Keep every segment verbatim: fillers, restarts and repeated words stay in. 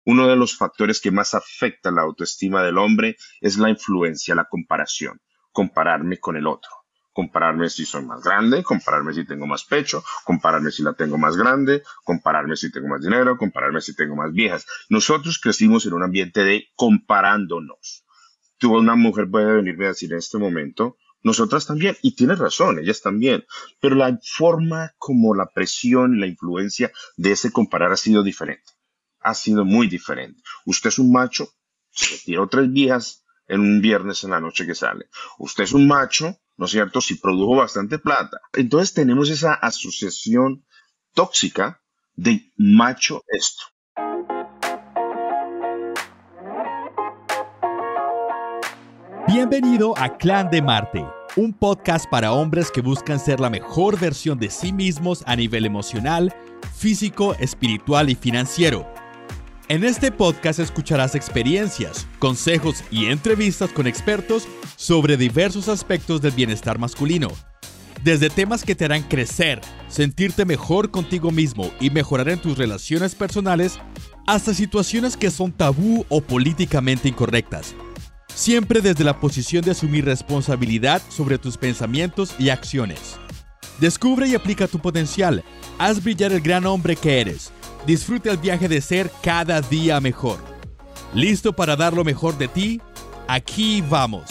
Uno de los factores que más afecta la autoestima del hombre es la influencia, la comparación, compararme con el otro. Compararme si soy más grande, compararme si tengo más pecho, compararme si la tengo más grande, compararme si tengo más dinero, compararme si tengo más viejas. Nosotros crecimos en un ambiente de comparándonos. Tú, una mujer puede venirme a decir en este momento, nosotras también, y tienes razón, ellas también, pero la forma como la presión y la influencia de ese comparar ha sido diferente, ha sido muy diferente. Usted es un macho, se tiró tres viejas en un viernes en la noche que sale. Usted es un macho, ¿no es cierto? Si produjo bastante plata. Entonces tenemos esa asociación tóxica de macho esto. Bienvenido a Clan de Marte, un podcast para hombres que buscan ser la mejor versión de sí mismos a nivel emocional, físico, espiritual y financiero. En este podcast escucharás experiencias, consejos y entrevistas con expertos sobre diversos aspectos del bienestar masculino. Desde temas que te harán crecer, sentirte mejor contigo mismo y mejorar en tus relaciones personales, hasta situaciones que son tabú o políticamente incorrectas. Siempre desde la posición de asumir responsabilidad sobre tus pensamientos y acciones. Descubre y aplica tu potencial. Haz brillar el gran hombre que eres. Disfruta el viaje de ser cada día mejor. ¿Listo para dar lo mejor de ti? Aquí vamos.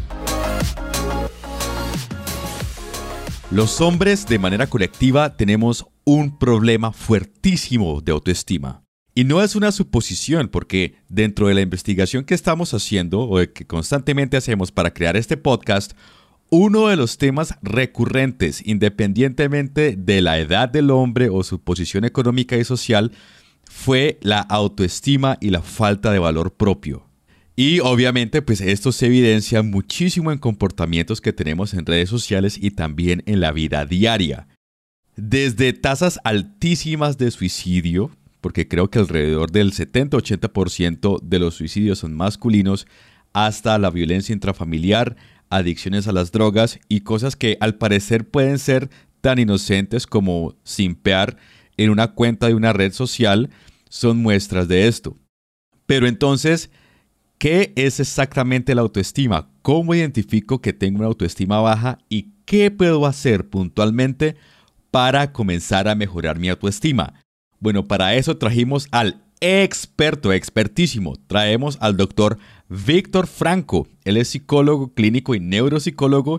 Los hombres, de manera colectiva, tenemos un problema fuertísimo de autoestima. Y no es una suposición, porque dentro de la investigación que estamos haciendo o que constantemente hacemos para crear este podcast, uno de los temas recurrentes, independientemente de la edad del hombre o su posición económica y social, fue la autoestima y la falta de valor propio. Y obviamente, pues esto se evidencia muchísimo en comportamientos que tenemos en redes sociales y también en la vida diaria. Desde tasas altísimas de suicidio, porque creo que alrededor del setenta a ochenta por ciento de los suicidios son masculinos, hasta la violencia intrafamiliar, adicciones a las drogas y cosas que al parecer pueden ser tan inocentes como simpear en una cuenta de una red social, son muestras de esto. Pero entonces, ¿qué es exactamente la autoestima? ¿Cómo identifico que tengo una autoestima baja y qué puedo hacer puntualmente para comenzar a mejorar mi autoestima? Bueno, para eso trajimos al experto, expertísimo. Traemos al doctor Víctor Franco. Él es psicólogo clínico y neuropsicólogo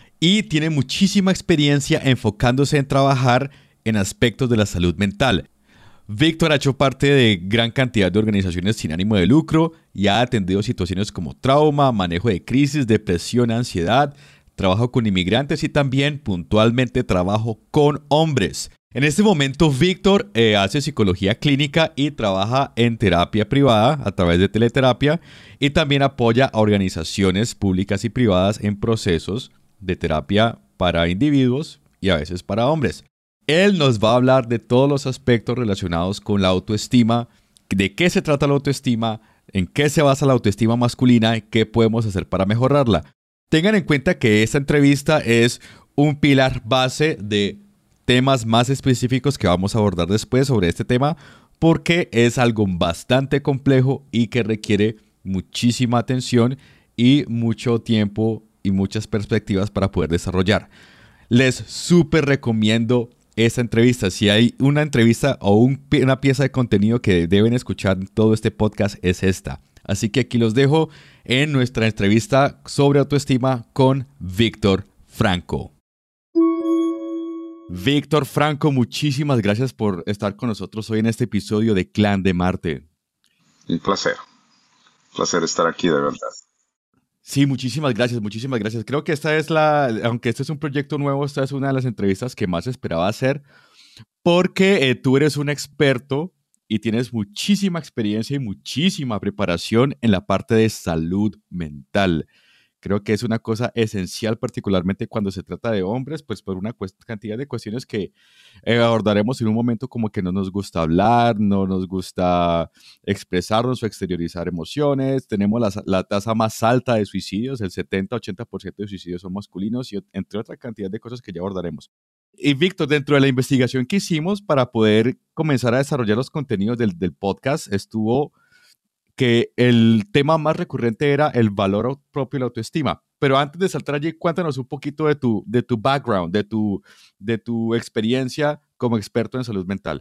y tiene muchísima experiencia enfocándose en trabajar en aspectos de la salud mental. Víctor ha hecho parte de gran cantidad de organizaciones sin ánimo de lucro y ha atendido situaciones como trauma, manejo de crisis, depresión, ansiedad, trabajo con inmigrantes y también puntualmente trabajo con hombres. En este momento, Víctor eh, hace psicología clínica y trabaja en terapia privada a través de teleterapia y también apoya a organizaciones públicas y privadas en procesos de terapia para individuos y a veces para hombres. Él nos va a hablar de todos los aspectos relacionados con la autoestima, de qué se trata la autoestima, en qué se basa la autoestima masculina y qué podemos hacer para mejorarla. Tengan en cuenta que esta entrevista es un pilar base de temas más específicos que vamos a abordar después sobre este tema porque es algo bastante complejo y que requiere muchísima atención y mucho tiempo y muchas perspectivas para poder desarrollar. Les súper recomiendo esta entrevista. Si hay una entrevista o un, una pieza de contenido que deben escuchar en todo este podcast es esta. Así que aquí los dejo en nuestra entrevista sobre autoestima con Víctor Franco. Víctor Franco, muchísimas gracias por estar con nosotros hoy en este episodio de Clan de Marte. Un placer, un placer estar aquí de verdad. Sí, muchísimas gracias, muchísimas gracias. Creo que esta es la, aunque este es un proyecto nuevo, esta es una de las entrevistas que más esperaba hacer porque eh, tú eres un experto y tienes muchísima experiencia y muchísima preparación en la parte de salud mental. Creo que es una cosa esencial, particularmente cuando se trata de hombres, pues por una cuest- cantidad de cuestiones que eh, abordaremos en un momento como que no nos gusta hablar, no nos gusta expresarnos o exteriorizar emociones. Tenemos la, la tasa más alta de suicidios, el setenta a ochenta por ciento de suicidios son masculinos y entre otra cantidad de cosas que ya abordaremos. Y Víctor, dentro de la investigación que hicimos para poder comenzar a desarrollar los contenidos del, del podcast, estuvo que el tema más recurrente era el valor propio y la autoestima. Pero antes de saltar allí, cuéntanos un poquito de tu, de tu background, de tu, de tu experiencia como experto en salud mental.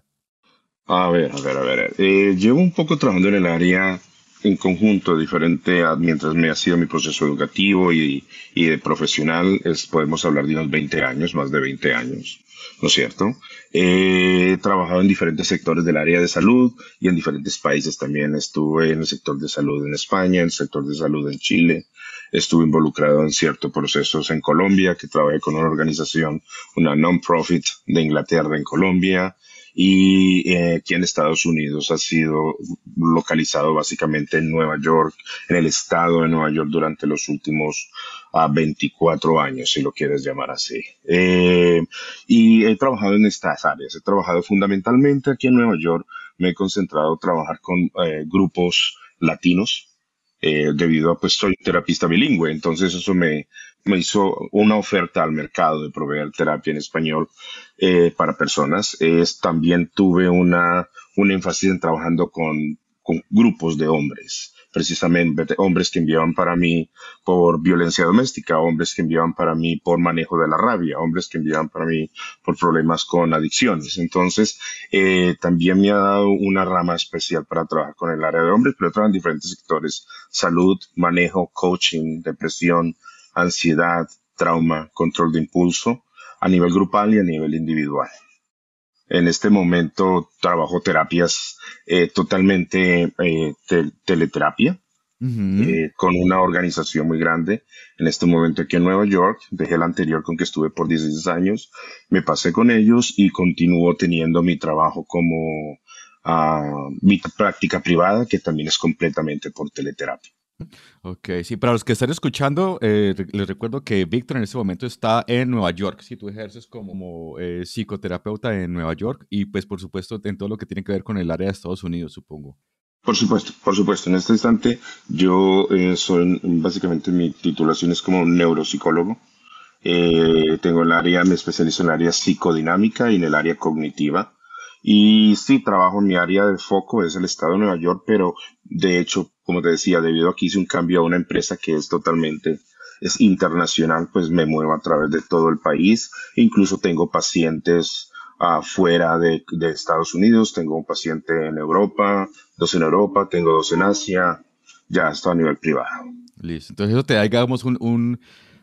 A ver, a ver, a ver. Eh, llevo un poco trabajando en el área en conjunto, diferente a mientras me ha sido mi proceso educativo y, y de profesional, es, podemos hablar de unos veinte años, más de veinte años, ¿no es cierto? Eh, He trabajado en diferentes sectores del área de salud y en diferentes países también. Estuve en el sector de salud en España, en el sector de salud en Chile. Estuve involucrado en ciertos procesos en Colombia, que trabajé con una organización, una non-profit de Inglaterra en Colombia. Y eh, aquí en Estados Unidos ha sido localizado básicamente en Nueva York, en el estado de Nueva York durante los últimos uh, veinticuatro años, si lo quieres llamar así. Eh, y he trabajado en estas áreas. He trabajado fundamentalmente aquí en Nueva York. Me he concentrado en trabajar con eh, grupos latinos, eh, debido a, pues, soy terapista bilingüe, entonces eso me, me hizo una oferta al mercado de proveer terapia en español eh, para personas. Es, también tuve una, un énfasis en trabajando con, con grupos de hombres, precisamente hombres que enviaban para mí por violencia doméstica, hombres que enviaban para mí por manejo de la rabia, hombres que enviaban para mí por problemas con adicciones. Entonces, eh, también me ha dado una rama especial para trabajar con el área de hombres, pero trabajo en diferentes sectores: salud, manejo, coaching, depresión, ansiedad, trauma, control de impulso, a nivel grupal y a nivel individual. En este momento trabajo terapias eh, totalmente eh, te- teleterapia, Uh-huh. eh, con una organización muy grande. En este momento aquí en Nueva York, dejé la anterior con que estuve por dieciséis años, me pasé con ellos y continúo teniendo mi trabajo como ah, mi práctica privada, que también es completamente por teleterapia. Ok, sí, para los que están escuchando, eh, re- les recuerdo que Víctor en este momento está en Nueva York. Si tú ejerces como eh, psicoterapeuta en Nueva York y pues por supuesto en todo lo que tiene que ver con el área de Estados Unidos, supongo. Por supuesto, por supuesto. En este instante yo eh, soy, básicamente mi titulación es como neuropsicólogo. Eh, tengo el área, me especializo en el área psicodinámica y en el área cognitiva. Y sí, trabajo en mi área de foco, es el estado de Nueva York, pero de hecho, como te decía, debido a que hice un cambio a una empresa que es totalmente, es internacional, pues me muevo a través de todo el país. Incluso tengo pacientes ah, fuera de, de Estados Unidos, tengo un paciente en Europa, dos en Europa, tengo dos en Asia, ya está a nivel privado. Listo. Entonces eso te da, digamos, un, un,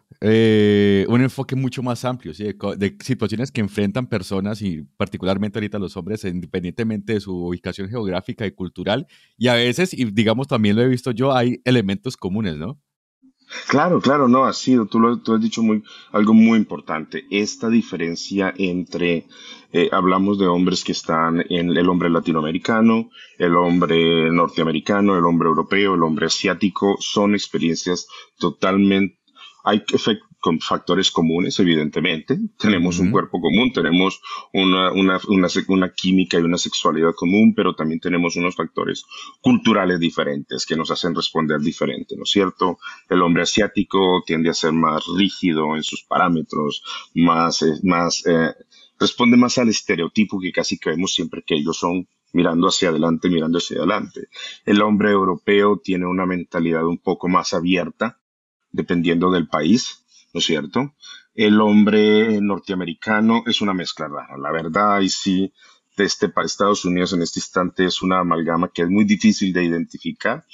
eh, un enfoque mucho más amplio, ¿sí? De, co- de situaciones que enfrentan personas y particularmente ahorita los hombres, independientemente de su ubicación geográfica y cultural. Y a veces, y digamos también lo he visto yo, hay elementos comunes, ¿no? Claro, claro, no, ha sido, tú lo tú has dicho muy, algo muy importante, esta diferencia entre, eh, hablamos de hombres que están en el hombre latinoamericano, el hombre norteamericano, el hombre europeo, el hombre asiático, son experiencias totalmente, hay efec- con factores comunes, evidentemente, tenemos un Ujú. cuerpo común, tenemos una, una, una, se- una química y una sexualidad común, pero también tenemos unos factores culturales diferentes que nos hacen responder diferente, ¿no es cierto? El hombre asiático tiende a ser más rígido en sus parámetros, más, eh, más eh, responde más al estereotipo que casi creemos siempre que ellos son mirando hacia adelante, mirando hacia adelante. El hombre europeo tiene una mentalidad un poco más abierta, dependiendo del país, ¿no es cierto? El hombre norteamericano es una mezcla rara, la verdad, y sí, de este para Estados Unidos en este instante es una amalgama que es muy difícil de identificar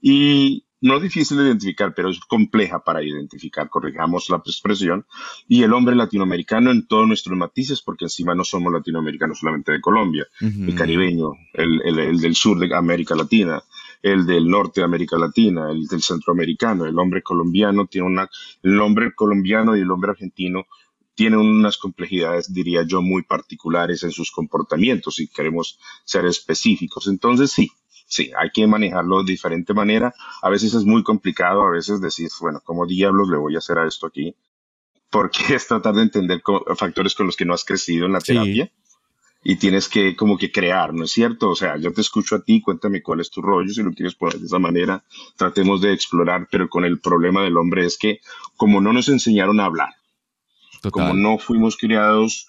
y no difícil de identificar, pero es compleja para identificar, corrijamos la expresión, y el hombre latinoamericano en todos nuestros matices, porque encima no somos latinoamericanos solamente de Colombia, el Ujú. caribeño, el, el, el del sur de América Latina, el del norte de América Latina, el del centroamericano, el hombre colombiano tiene una, el hombre colombiano y el hombre argentino tienen unas complejidades, diría yo, muy particulares en sus comportamientos, si queremos ser específicos. Entonces, sí, sí, hay que manejarlo de diferente manera. A veces es muy complicado, a veces decir, bueno, ¿cómo diablos le voy a hacer a esto aquí? Porque es tratar de entender co- factores con los que no has crecido en la Sí, terapia y tienes que como que crear, ¿no es cierto? O sea, yo te escucho a ti, cuéntame cuál es tu rollo, si lo quieres poner de esa manera, tratemos de explorar, pero con el problema del hombre es que como no nos enseñaron a hablar, como total. no fuimos criados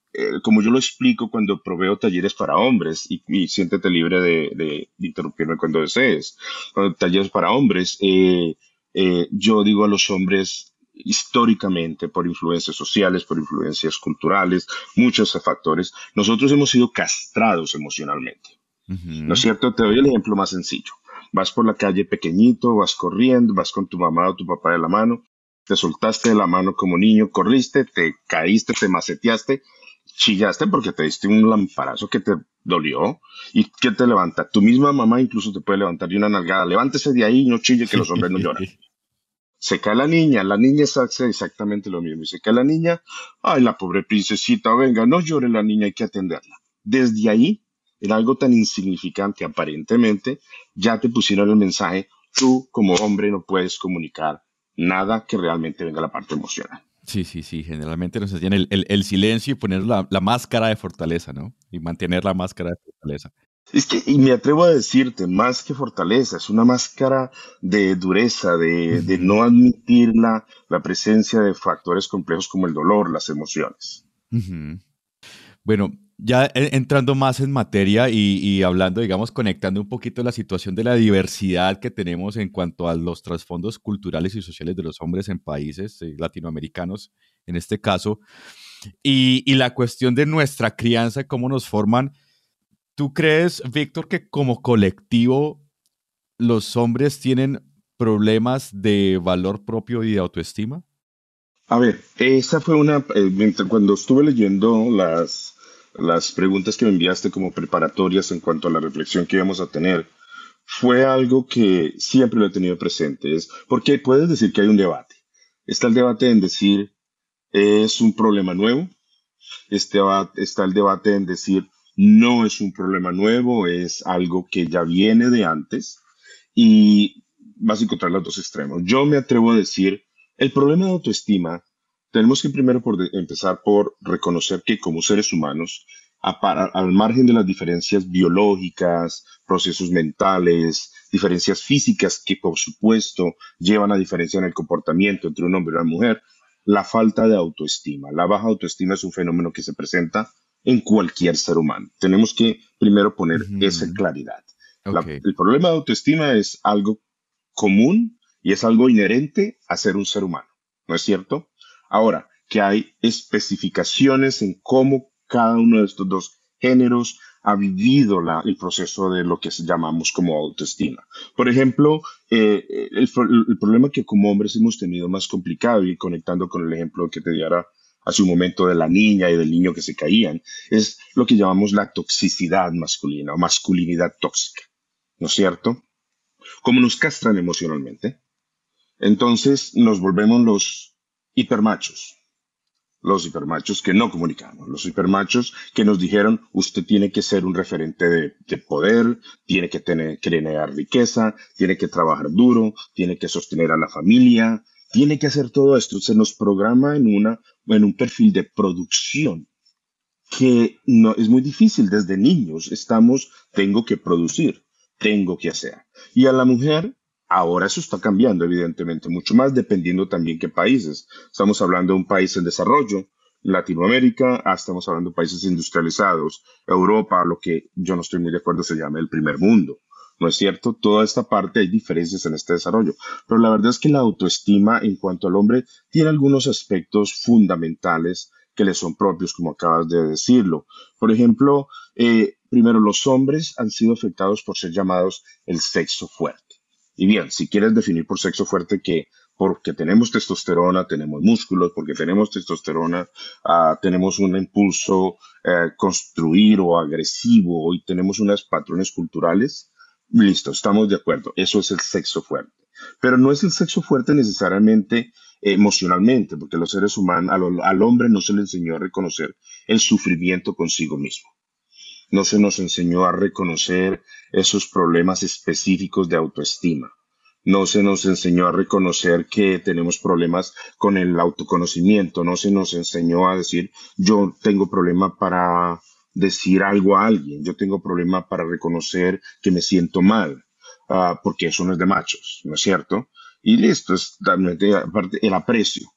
eh, como yo lo explico cuando proveo talleres para hombres, y, y siéntete libre de, de interrumpirme cuando desees, cuando talleres para hombres, eh, eh, yo digo a los hombres históricamente, por influencias sociales, por influencias culturales, muchos factores, nosotros hemos sido castrados emocionalmente. ¿No es Ujú. cierto? Te doy el ejemplo más sencillo. Vas por la calle pequeñito, vas corriendo, vas con tu mamá o tu papá de la mano, te soltaste de la mano como niño, corriste, te caíste, te maceteaste, chillaste porque te diste un lamparazo que te dolió y que te levanta. Tu misma mamá incluso te puede levantar de una nalgada. Levántese de ahí y no chille que los hombres no lloran. Se cae la niña, la niña hace exactamente lo mismo. Y se cae la niña, ay, la pobre princesita, venga, no llore la niña, hay que atenderla. Desde ahí, en algo tan insignificante aparentemente, ya te pusieron el mensaje, tú como hombre no puedes comunicar nada que realmente venga a la parte emocional. Sí, sí, sí. Generalmente nos hacían el, el- el silencio y poner la, la máscara de fortaleza, ¿no? Y mantener la máscara de fortaleza. Es que, y me atrevo a decirte, más que fortaleza, es una máscara de dureza, de, de Ujú, no admitir la, la presencia de factores complejos como el dolor, las emociones. ujú. Bueno, ya e- entrando más en materia y, y hablando, digamos, conectando un poquito la situación de la diversidad que tenemos en cuanto a los trasfondos culturales y sociales de los hombres en países eh, latinoamericanos, en este caso, y, y la cuestión de nuestra crianza, cómo nos forman. ¿Tú crees, Víctor, que como colectivo los hombres tienen problemas de valor propio y de autoestima? A ver, esa fue una, eh, mientras- cuando estuve leyendo las, las preguntas que me enviaste como preparatorias en cuanto a la reflexión que íbamos a tener, fue algo que siempre lo he tenido presente. Es porque puedes decir que hay un debate. Está el debate en decir, ¿es un problema nuevo? Este va- está el debate en decir, no es un problema nuevo, es algo que ya viene de antes y vas a encontrar los dos extremos. Yo me atrevo a decir, el problema de autoestima, tenemos que primero por de- empezar por reconocer que como seres humanos, a para- al margen de las diferencias biológicas, procesos mentales, diferencias físicas que por supuesto llevan a diferencia en el comportamiento entre un hombre y una mujer, la falta de autoestima, la baja autoestima es un fenómeno que se presenta en cualquier ser humano. Tenemos que primero poner esa Ujú. claridad. Ok. La- el problema de autoestima es algo común y es algo inherente a ser un ser humano, ¿no es cierto? Ahora, que hay especificaciones en cómo cada uno de estos dos géneros ha vivido la- el proceso de lo que llamamos como autoestima. Por ejemplo, eh, el, el problema que como hombres hemos tenido más complicado, y conectando con el ejemplo que te diera hace un momento de la niña y del niño que se caían, es lo que llamamos la toxicidad masculina o masculinidad tóxica, ¿no es cierto? Como nos castran emocionalmente, entonces nos volvemos los hipermachos, los hipermachos que no comunicamos, los hipermachos que nos dijeron, usted tiene que ser un referente de, de poder, tiene que tener, crear riqueza, tiene que trabajar duro, tiene que sostener a la familia, tiene que hacer todo esto. Se nos programa en, una, en un perfil de producción que no, es muy difícil desde niños. Estamos, tengo que producir, tengo que hacer. Y a la mujer, ahora eso está cambiando, evidentemente, mucho más dependiendo también qué países. Estamos hablando de un país en desarrollo, Latinoamérica, ah, estamos hablando de países industrializados, Europa, lo que yo no estoy muy de acuerdo se llama el primer mundo. ¿No es cierto? Toda esta parte hay diferencias en este desarrollo, pero la verdad es que la autoestima en cuanto al hombre tiene algunos aspectos fundamentales que le son propios, como acabas de decirlo. Por ejemplo, eh, primero, los hombres han sido afectados por ser llamados el sexo fuerte. Y bien, si quieres definir por sexo fuerte que porque tenemos testosterona, tenemos músculos, porque tenemos testosterona, ah, tenemos un impulso eh, construir o agresivo y tenemos unos patrones culturales, listo, estamos de acuerdo, eso es el sexo fuerte. Pero no es el sexo fuerte necesariamente emocionalmente, porque los seres humanos, al, al hombre no se le enseñó a reconocer el sufrimiento consigo mismo. No se nos enseñó a reconocer esos problemas específicos de autoestima. No se nos enseñó a reconocer que tenemos problemas con el autoconocimiento. No se nos enseñó a decir, yo tengo problema para decir algo a alguien. Yo tengo problema para reconocer que me siento mal, ah, porque eso no es de machos, ¿no es cierto? Y listo, es realmente aparte el aprecio.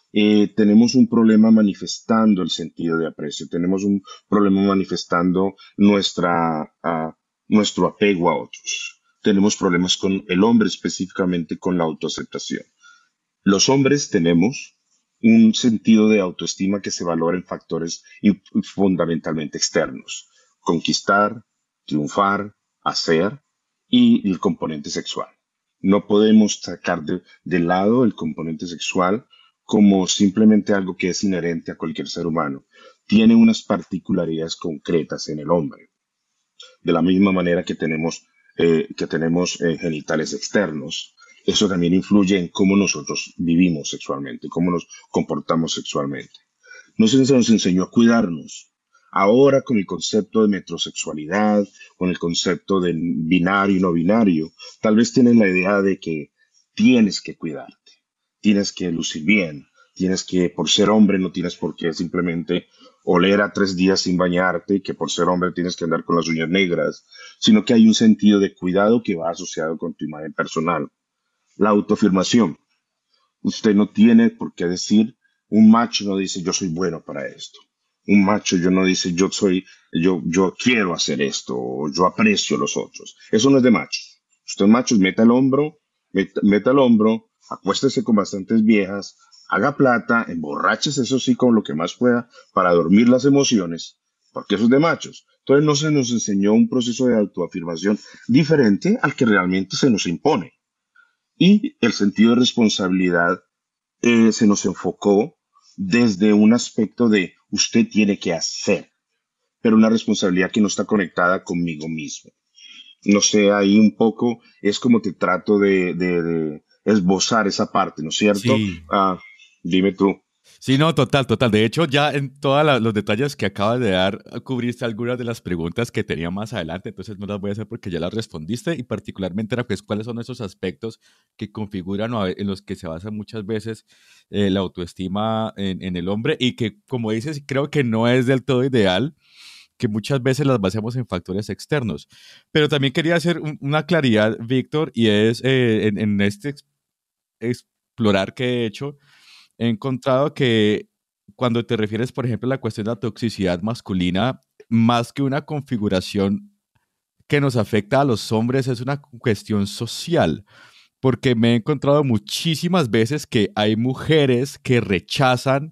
eh, tenemos un problema manifestando el sentido de aprecio, tenemos un problema manifestando nuestra, ah, nuestro apego a otros. Tenemos problemas con el hombre específicamente con la autoaceptación. Los hombres tenemos un sentido de autoestima que se valora en factores in- fundamentalmente externos: conquistar, triunfar, hacer y el componente sexual. No podemos sacar de, de lado el componente sexual como simplemente algo que es inherente a cualquier ser humano. Tiene unas particularidades concretas en el hombre, de la misma manera que tenemos, eh, que tenemos eh, genitales externos. Eso también influye en cómo nosotros vivimos sexualmente, cómo nos comportamos sexualmente. No se nos enseñó a cuidarnos. Ahora con el concepto de metrosexualidad, con el concepto de binario y no binario, tal vez tienes la idea de que tienes que cuidarte, tienes que lucir bien, tienes que, por ser hombre, no tienes por qué simplemente oler a tres días sin bañarte, y que por ser hombre tienes que andar con las uñas negras, sino que hay un sentido de cuidado que va asociado con tu imagen personal. La autoafirmación. Usted no tiene por qué decir, un macho no dice yo soy bueno para esto. Un macho yo no dice yo soy, yo, yo quiero hacer esto o yo aprecio a los otros. Eso no es de machos. Usted macho, meta el hombro, meta, meta el hombro, acuéstese con bastantes viejas, haga plata, emborráchese eso sí con lo que más pueda para dormir las emociones, porque eso es de machos. Entonces no se nos enseñó un proceso de autoafirmación diferente al que realmente se nos impone. Y el sentido de responsabilidad eh, se nos enfocó desde un aspecto de usted tiene que hacer, pero una responsabilidad que no está conectada conmigo mismo. No sé, ahí un poco es como te trato de, de- de esbozar esa parte, ¿no es cierto? Sí. Ah, dime tú. Sí, no, total, total. De hecho, ya en todos los detalles que acabas de dar, cubriste algunas de las preguntas que tenía más adelante, entonces no las voy a hacer porque ya las respondiste y particularmente era pues cuáles son esos aspectos que configuran o a ve- en los que se basa muchas veces eh, la autoestima en, en el hombre y que, como dices, creo que no es del todo ideal, que muchas veces las basamos en factores externos. Pero también quería hacer un- una claridad, Víctor, y es eh, en, en este ex- explorar que he hecho he encontrado que cuando te refieres, por ejemplo, a la cuestión de la toxicidad masculina, más que una configuración que nos afecta a los hombres, es una cuestión social, porque me he encontrado muchísimas veces que hay mujeres que rechazan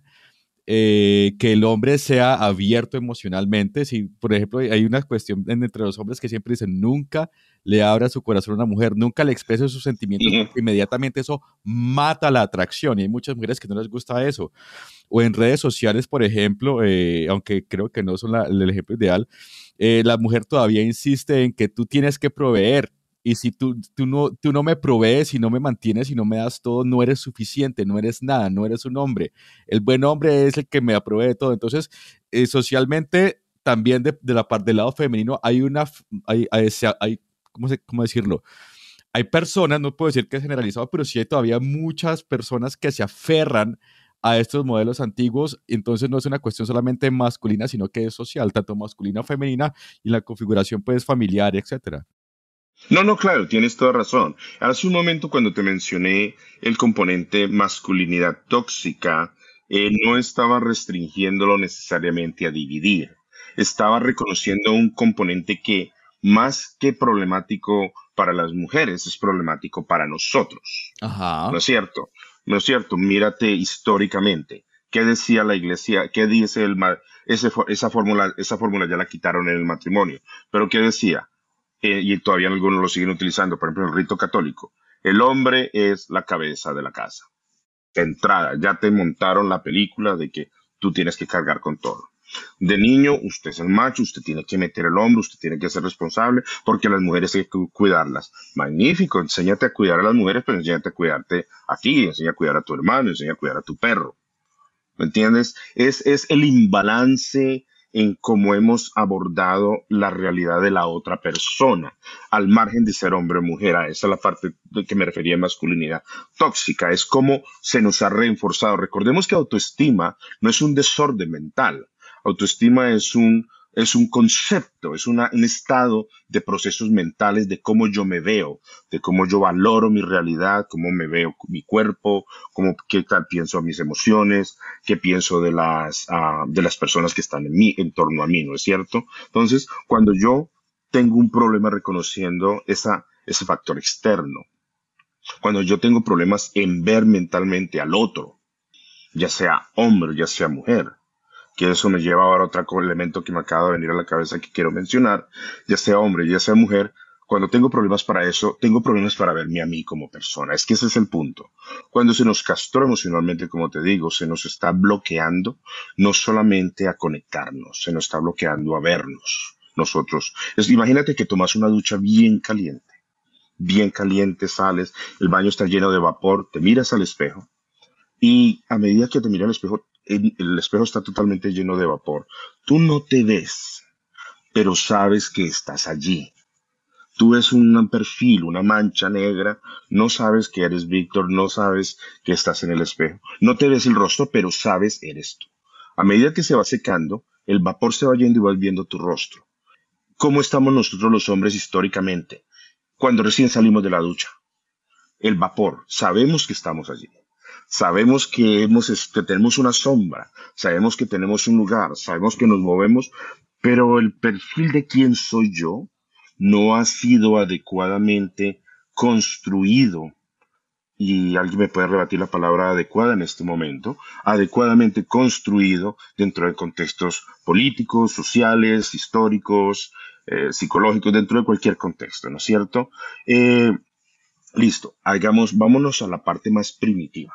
eh, que el hombre sea abierto emocionalmente. Si, por ejemplo, hay una cuestión en- entre los hombres que siempre dicen, nunca le abra su corazón a una mujer, nunca le exprese sus sentimientos, porque inmediatamente eso mata la atracción y hay muchas mujeres que no les gusta eso. O en redes sociales, por ejemplo, eh, aunque creo que no son la- el ejemplo ideal, eh, la mujer todavía insiste en que tú tienes que proveer. Y si tú, tú, no, tú no me provees, y no me mantienes, y no me das todo, no eres suficiente, no eres nada, no eres un hombre. El buen hombre es el que me provee de todo. Entonces, eh, socialmente, también de, de la parte del lado femenino, hay una, f- hay, hay, se- hay- ¿cómo, se- cómo decirlo? Hay personas, no puedo decir que es generalizado, pero sí hay todavía muchas personas que se aferran a estos modelos antiguos. Entonces no es una cuestión solamente masculina, sino que es social, tanto masculina, femenina y la configuración pues familiar, etcétera. No, no, claro, tienes toda razón. Hace un momento cuando te mencioné el componente masculinidad tóxica, eh, no estaba restringiéndolo necesariamente a dividir. Estaba reconociendo un componente que, más que problemático para las mujeres, es problemático para nosotros. ¿No Ajá. es cierto? ¿No es cierto? Mírate históricamente. ¿Qué decía la iglesia? ¿Qué dice el ma- ese fo- esa fórmula? Esa fórmula ya la quitaron en el matrimonio. Pero ¿qué decía? Eh, y todavía algunos lo siguen utilizando, por ejemplo, el rito católico. El hombre es la cabeza de la casa. De entrada, ya te montaron la película de que tú tienes que cargar con todo. De niño, usted es el macho, usted tiene que meter el hombro, usted tiene que ser responsable, porque a las mujeres hay que cu- cuidarlas. Magnífico, enséñate a cuidar a las mujeres, pero enséñate a cuidarte a ti, enseña a cuidar a tu hermano, enseña a cuidar a tu perro. ¿Me entiendes? Es, es el imbalance en cómo hemos abordado la realidad de la otra persona, al margen de ser hombre o mujer. A esa es la parte de que me refería en masculinidad tóxica. Es como se nos ha reforzado. Recordemos que autoestima no es un desorden mental. Autoestima es un, Es un concepto, es una- un estado de procesos mentales de cómo yo me veo, de cómo yo valoro mi realidad, cómo me veo mi cuerpo, cómo, qué tal pienso a mis emociones, qué pienso de las, ah, de las personas que están en mí, en torno a mí, ¿no es cierto? Entonces, cuando yo tengo un problema reconociendo esa, ese factor externo, cuando yo tengo problemas en ver mentalmente al otro, ya sea hombre, ya sea mujer, que eso me lleva ahora a otro co- elemento que me acaba de venir a la cabeza que quiero mencionar, ya sea hombre, ya sea mujer, cuando tengo problemas para eso, tengo problemas para verme a mí como persona. Es que ese es el punto. Cuando se nos castró emocionalmente, como te digo, se nos está bloqueando no solamente a conectarnos, se nos está bloqueando a vernos nosotros. Es- imagínate que tomas una ducha bien caliente, bien caliente, sales, el baño está lleno de vapor, te miras al espejo y a medida que te miras al espejo, el, el espejo está totalmente lleno de vapor. Tú no te ves, pero sabes que estás allí. Tú ves un perfil, una mancha negra, no sabes que eres Víctor, no sabes que estás en el espejo. No te ves el rostro, pero sabes eres tú. A medida que se va secando, el vapor se va yendo y vas viendo tu rostro. ¿Cómo estamos nosotros los hombres históricamente? Cuando recién salimos de la ducha. El vapor, sabemos que estamos allí. Sabemos que, hemos, es- que tenemos una sombra, sabemos que tenemos un lugar, sabemos que nos movemos, pero el perfil de quién soy yo no ha sido adecuadamente construido, y alguien me puede rebatir la palabra adecuada en este momento, adecuadamente construido dentro de contextos políticos, sociales, históricos, eh, psicológicos, dentro de cualquier contexto, ¿no es cierto? Eh, Listo, hagamos, vámonos a la parte más primitiva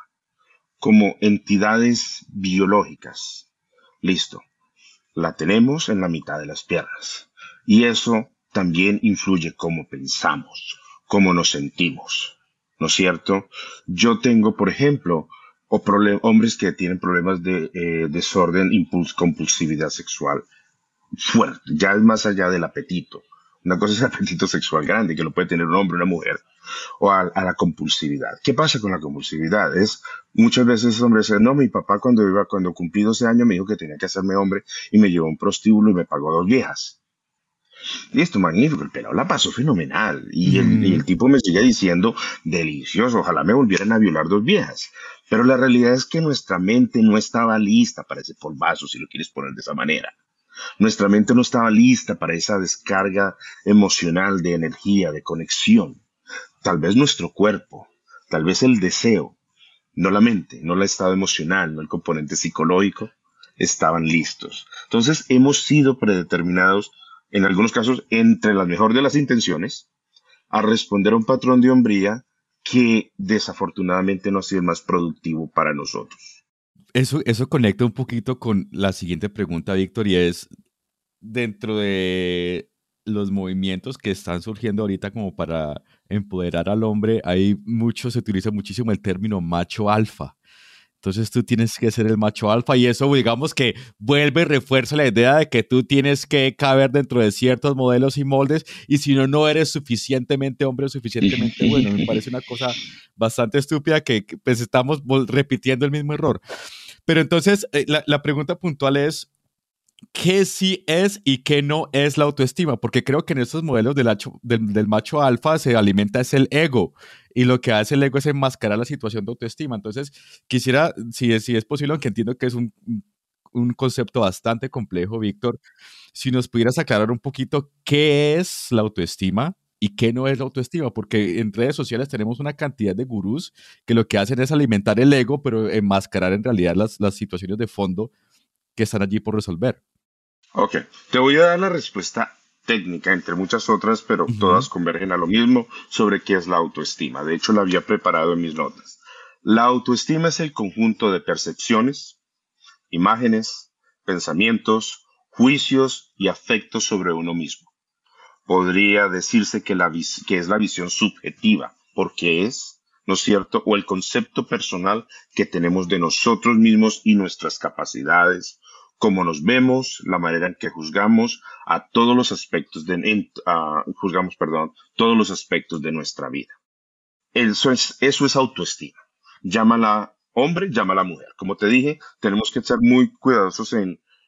como entidades biológicas. Listo, la tenemos en la mitad de las piernas. Y eso también influye cómo pensamos, cómo nos sentimos. ¿No es cierto? Yo tengo, por ejemplo, o prole- hombres que tienen problemas de eh, desorden, impuls compulsividad sexual fuerte, ya es más allá del apetito. Una cosa es el apetito sexual grande, que lo puede tener un hombre, una mujer, o a, a la compulsividad. ¿Qué pasa con la compulsividad? Es muchas veces los hombres dicen, no, mi papá cuando iba, cuando cumplí doce años me dijo que tenía que hacerme hombre y me llevó a un prostíbulo y me pagó dos viejas. Listo, magnífico, el pelado la pasó fenomenal. Y el, y Ujú. el tipo me sigue diciendo, delicioso, ojalá me volvieran a violar dos viejas. Pero la realidad es que nuestra mente no estaba lista para ese polvazo, si lo quieres poner de esa manera. Nuestra mente no estaba lista para esa descarga emocional de energía, de conexión. Tal vez nuestro cuerpo, tal vez el deseo, no la mente, no el estado emocional, no el componente psicológico, estaban listos. Entonces hemos sido predeterminados, en algunos casos, entre la mejor de las intenciones, a responder a un patrón de hombría que desafortunadamente no ha sido el más productivo para nosotros. Eso, eso conecta un poquito con la siguiente pregunta, Víctor, y es, dentro de los movimientos que están surgiendo ahorita como para empoderar al hombre, hay mucho, se utiliza muchísimo el término macho alfa. Entonces tú tienes que ser el macho alfa y eso digamos que vuelve y refuerza la idea de que tú tienes que caber dentro de ciertos modelos y moldes y si no, no eres suficientemente hombre o suficientemente bueno. Me parece una cosa bastante estúpida que, que, pues estamos repitiendo el mismo error. Pero entonces eh, la, la pregunta puntual es, qué sí es y qué no es la autoestima, porque creo que en estos modelos del, hacho- del, del macho alfa se alimenta es el ego y lo que hace el ego es enmascarar la situación de autoestima. Entonces, quisiera, si es, si es posible, aunque entiendo que es un, un concepto bastante complejo, Víctor, si nos pudieras aclarar un poquito qué es la autoestima y qué no es la autoestima, porque en redes sociales tenemos una cantidad de gurús que lo que hacen es alimentar el ego, pero enmascarar en realidad las, las situaciones de fondo que están allí por resolver. Ok, te voy a dar la respuesta técnica, entre muchas otras, pero Ujú. todas convergen a lo mismo sobre qué es la autoestima. De hecho, la había preparado en mis notas. La autoestima es el conjunto de percepciones, imágenes, pensamientos, juicios y afectos sobre uno mismo. Podría decirse que, la vis- que es la visión subjetiva, porque es, ¿no es cierto?, o el concepto personal que tenemos de nosotros mismos y nuestras capacidades, cómo nos vemos, la manera en que juzgamos a todos los aspectos de, en- ah, juzgamos, perdón, todos los aspectos de nuestra vida. Eso es, eso es autoestima. Llámala hombre, llámala mujer. Como te dije, tenemos que ser muy cuidadosos en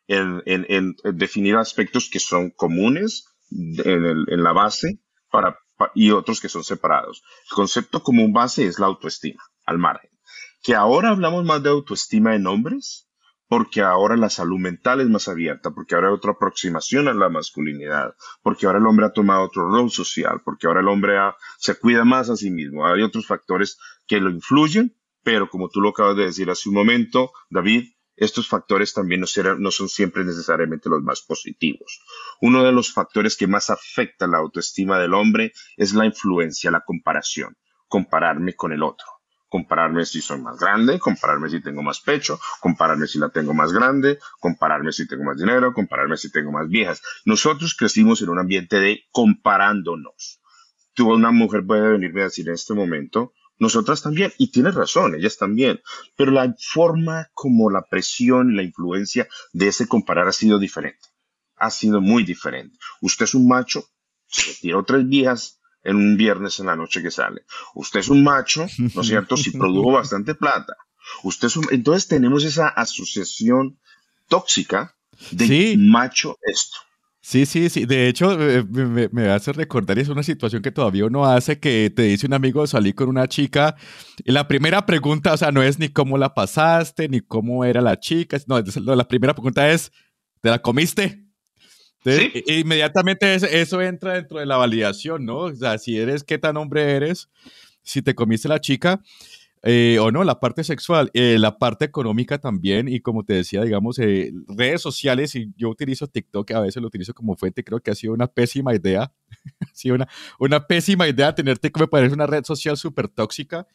en, en- en definir aspectos que son comunes en, el- en la base para, pa- y otros que son separados. El concepto común base es la autoestima, al margen. Que ahora hablamos más de autoestima en hombres, porque ahora la salud mental es más abierta, porque ahora hay otra aproximación a la masculinidad, porque ahora el hombre ha tomado otro rol social, porque ahora el hombre ha- se cuida más a sí mismo. Hay otros factores que lo influyen, pero como tú lo acabas de decir hace un momento, David, estos factores también no, serán- no son siempre necesariamente los más positivos. Uno de los factores que más afecta la autoestima del hombre es la influencia, la comparación, compararme con el otro. Compararme si soy más grande, compararme si tengo más pecho, compararme si la tengo más grande, compararme si tengo más dinero, compararme si tengo más viejas. Nosotros crecimos en un ambiente de comparándonos. Tú, una mujer puede venirme a decir en este momento, nosotras también, y tienes razón, ellas también, pero la forma como la presión, la influencia de ese comparar ha sido diferente, ha sido muy diferente. Usted es un macho, se tiró tres viejas en un viernes en la noche que sale. Usted es un macho, ¿no es cierto? Si produjo bastante plata. Usted es un... Entonces tenemos esa asociación tóxica de Sí, macho esto. sí, sí, sí. De hecho, eh, me, me- me hace recordar, y es una situación que todavía uno hace, que te dice un amigo, salí con una chica, y la primera pregunta, o sea, no es ni cómo la pasaste, ni cómo era la chica, no, es- no, la primera pregunta es, ¿te la comiste? Entonces, Sí, i- inmediatamente es- eso entra dentro de la validación, ¿no? O sea, si eres, qué tan hombre eres, si te comiste la chica, eh, o no, la parte sexual, eh, la parte económica también, y como te decía, digamos, eh, redes sociales, y yo utilizo TikTok, a veces lo utilizo como fuente, creo que ha sido una pésima idea, ha sido una, una pésima idea tener TikTok, me parece una red social súper tóxica,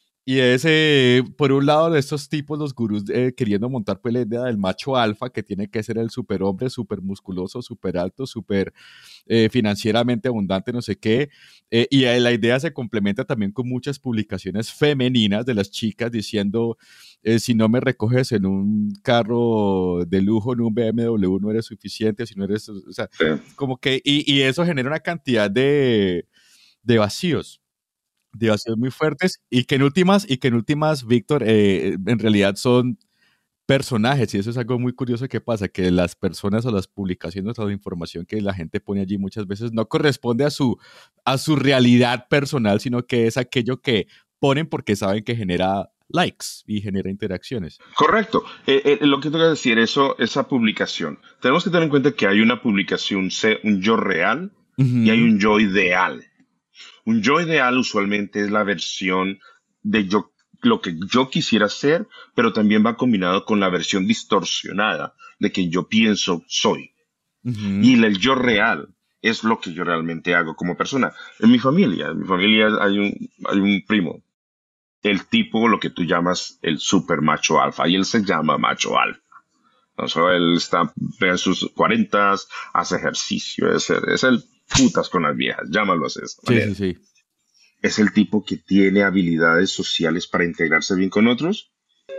y es, eh, por un lado, de estos tipos, los gurús, eh, queriendo montar pues la idea del macho alfa, que tiene que ser el superhombre, súper musculoso, súper alto, súper eh, financieramente abundante, no sé qué. Eh, y eh, la idea se complementa también con muchas publicaciones femeninas de las chicas diciendo, eh, si no me recoges en un carro de lujo, en un B M W, no eres suficiente, si no eres, o sea, sí, como que, y, y eso genera una cantidad de, de vacíos de vacíos muy fuertes y que en últimas, y que en últimas, Víctor, eh, en realidad son personajes, y eso es algo muy curioso que pasa, que las personas o las publicaciones o la información que la gente pone allí muchas veces no corresponde a su, a su realidad personal, sino que es aquello que ponen porque saben que genera likes y genera interacciones. correcto. Eh, eh, lo que tengo que decir, eso, esa publicación. Tenemos que tener en cuenta que hay una publicación, un se- un yo real y hay Ujú, un yo ideal. Un yo ideal usualmente es la versión de yo, lo que yo quisiera ser, pero también va combinado con la versión distorsionada de que yo pienso soy. ujú. Y el yo real es lo que yo realmente hago como persona. En mi familia, en mi familia hay un, hay un primo, el tipo, lo que tú llamas el super macho alfa, y él se llama macho alfa. Entonces, él está en sus cuarentas, hace ejercicio, es, el- es el putas con las viejas, llámalo de esa Sí, sí, manera. sí. ¿Es el tipo que tiene habilidades sociales para integrarse bien con otros?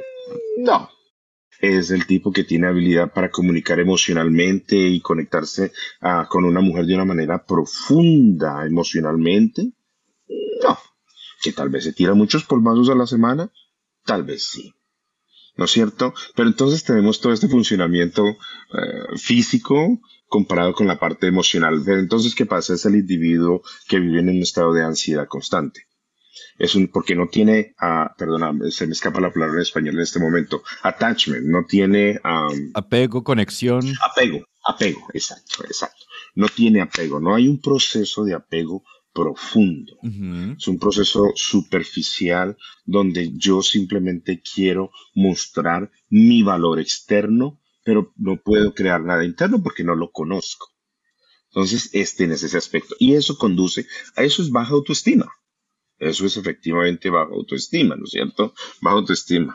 No. ¿Es el tipo que tiene habilidad para comunicar emocionalmente y conectarse ah, con una mujer de una manera profunda emocionalmente? No. ¿Que tal vez se tira muchos polvazos a la semana? Tal vez sí. ¿No es cierto? Pero entonces tenemos todo este funcionamiento eh, físico comparado con la parte emocional. Pero entonces, ¿qué pasa? Es el individuo que vive en un estado de ansiedad constante. Es un, porque no tiene, ah, perdona, se me escapa la palabra en español en este momento, attachment, no tiene um, Apego, conexión. apego, apego, exacto, exacto. No tiene apego, no hay un proceso de apego profundo. Ujú. Es un proceso superficial donde yo simplemente quiero mostrar mi valor externo, pero no puedo crear nada interno porque no lo conozco. Entonces, este en ese aspecto. Y eso conduce a eso es baja autoestima. Eso es efectivamente baja autoestima, ¿no es cierto? Baja autoestima.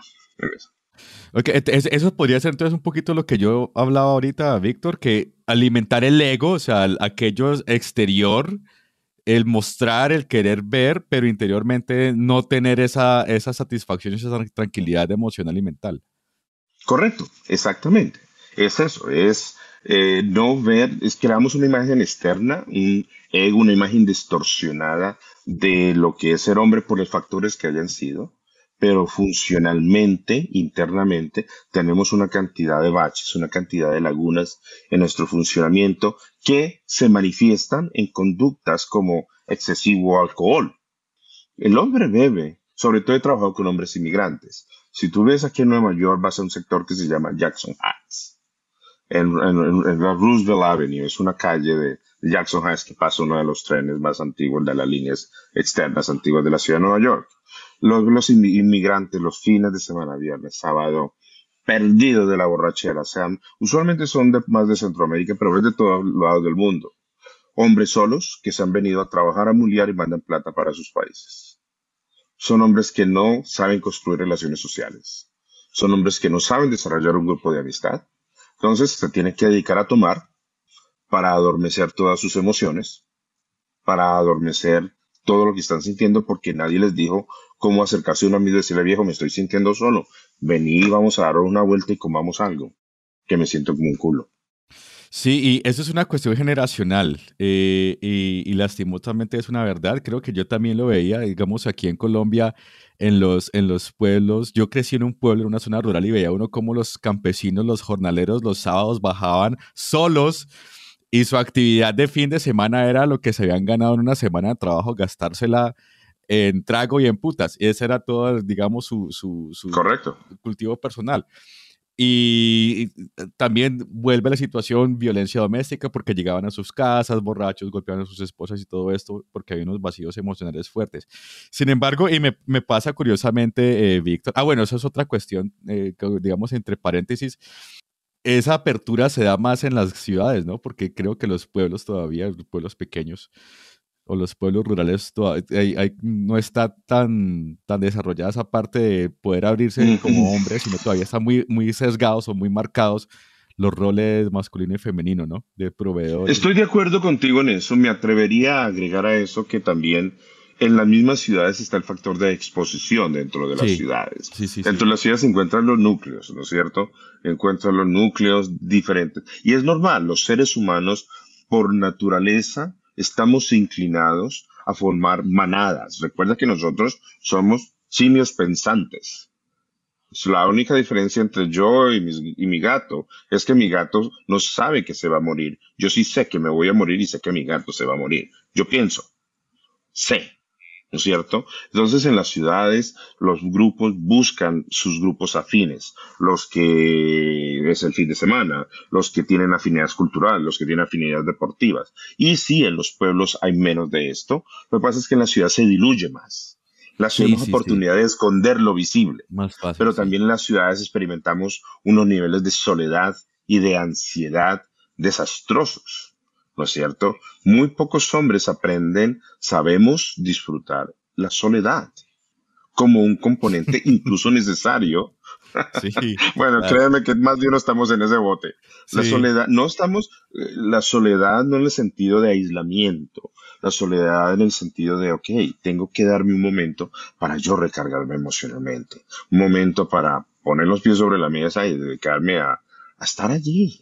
Ok, et- es- eso podría ser entonces un poquito lo que yo hablaba ahorita, Víctor, que alimentar el ego, o sea, el- aquello exterior, el mostrar, el querer ver, pero interiormente no tener esa, esa satisfacción, esa tran- tranquilidad emocional y mental. Correcto, exactamente. Es eso, es eh, no ver, es creamos una imagen externa, un ego, una imagen distorsionada de lo que es ser hombre por los factores que hayan sido, pero funcionalmente, internamente, tenemos una cantidad de baches, una cantidad de lagunas en nuestro funcionamiento que se manifiestan en conductas como excesivo alcohol. El hombre bebe, sobre todo he trabajado con hombres inmigrantes. Si tú ves aquí en Nueva York, vas a un sector que se llama Jackson Heights, en, en- en la Roosevelt Avenue, es una calle de Jackson Heights que pasa uno de los trenes más antiguos de las líneas externas antiguas de la ciudad de Nueva York. Los, los inmi- inmigrantes, los fines de semana, viernes, sábado, perdidos de la borrachera, o sea, usualmente son de- más de Centroamérica, pero es de todos lados del mundo. Hombres solos que se han venido a trabajar a muliar y mandan plata para sus países. Son hombres que no saben construir relaciones sociales. Son hombres que no saben desarrollar un grupo de amistad. Entonces se tienen que dedicar a tomar para adormecer todas sus emociones, para adormecer todo lo que están sintiendo, porque nadie les dijo cómo acercarse a un amigo y decirle, viejo, me estoy sintiendo solo. Vení, vamos a dar una vuelta y comamos algo, que me siento como un culo. Sí, y eso es una cuestión generacional eh, y, y lastimosamente es una verdad. Creo que yo también lo veía, digamos, aquí en Colombia, en los, en los pueblos. Yo crecí en un pueblo, en una zona rural y veía uno como los campesinos, los jornaleros, los sábados bajaban solos y su actividad de fin de semana era lo que se habían ganado en una semana de trabajo, gastársela en trago y en putas. Y ese era todo, digamos, su, su, su Correcto. cultivo personal. Y también vuelve la situación violencia doméstica porque llegaban a sus casas borrachos, golpeaban a sus esposas y todo esto porque había unos vacíos emocionales fuertes. Sin embargo, y me, me pasa curiosamente, eh, Víctor, ah, bueno, eso es otra cuestión, eh, que, digamos, entre paréntesis, esa apertura se da más en las ciudades, ¿no? Porque creo que los pueblos todavía, los pueblos pequeños, o los pueblos rurales todavía, hay- hay- no está tan, tan desarrollada esa parte de poder abrirse Ujú. como hombre, sino todavía están muy, muy sesgados o muy marcados los roles masculino y femenino, ¿no? De proveedor. Estoy de acuerdo contigo en eso. Me atrevería a agregar a eso que también en las mismas ciudades está el factor de exposición dentro de las Sí, ciudades. sí, sí, Dentro sí. de las ciudades se encuentran los núcleos, ¿no es cierto? Encuentran los núcleos diferentes. Y es normal, los seres humanos por naturaleza estamos inclinados a formar manadas. Recuerda que nosotros somos simios pensantes. Es la única diferencia entre yo y mi, y mi gato es que mi gato no sabe que se va a morir. Yo sí sé que me voy a morir y sé que mi gato se va a morir. Yo pienso, sé, ¿no es cierto? Entonces en las ciudades los grupos buscan sus grupos afines, los que es el fin de semana, los que tienen afinidades culturales, los que tienen afinidades deportivas. Y sí, en los pueblos hay menos de esto. Lo que pasa es que en la ciudad se diluye más. La ciudad Sí, es una sí, sí. oportunidad de esconder lo visible, Más fácil, pero sí. también en las ciudades experimentamos unos niveles de soledad y de ansiedad desastrosos, ¿no es cierto? Muy pocos hombres aprenden, sabemos disfrutar la soledad como un componente incluso necesario. Sí, Bueno, total. créanme que más de uno estamos en ese bote. La Sí, soledad, no estamos, eh, la soledad no en el sentido de aislamiento, la soledad en el sentido de, ok, tengo que darme un momento para yo recargarme emocionalmente, un momento para poner los pies sobre la mesa y dedicarme a, a estar allí,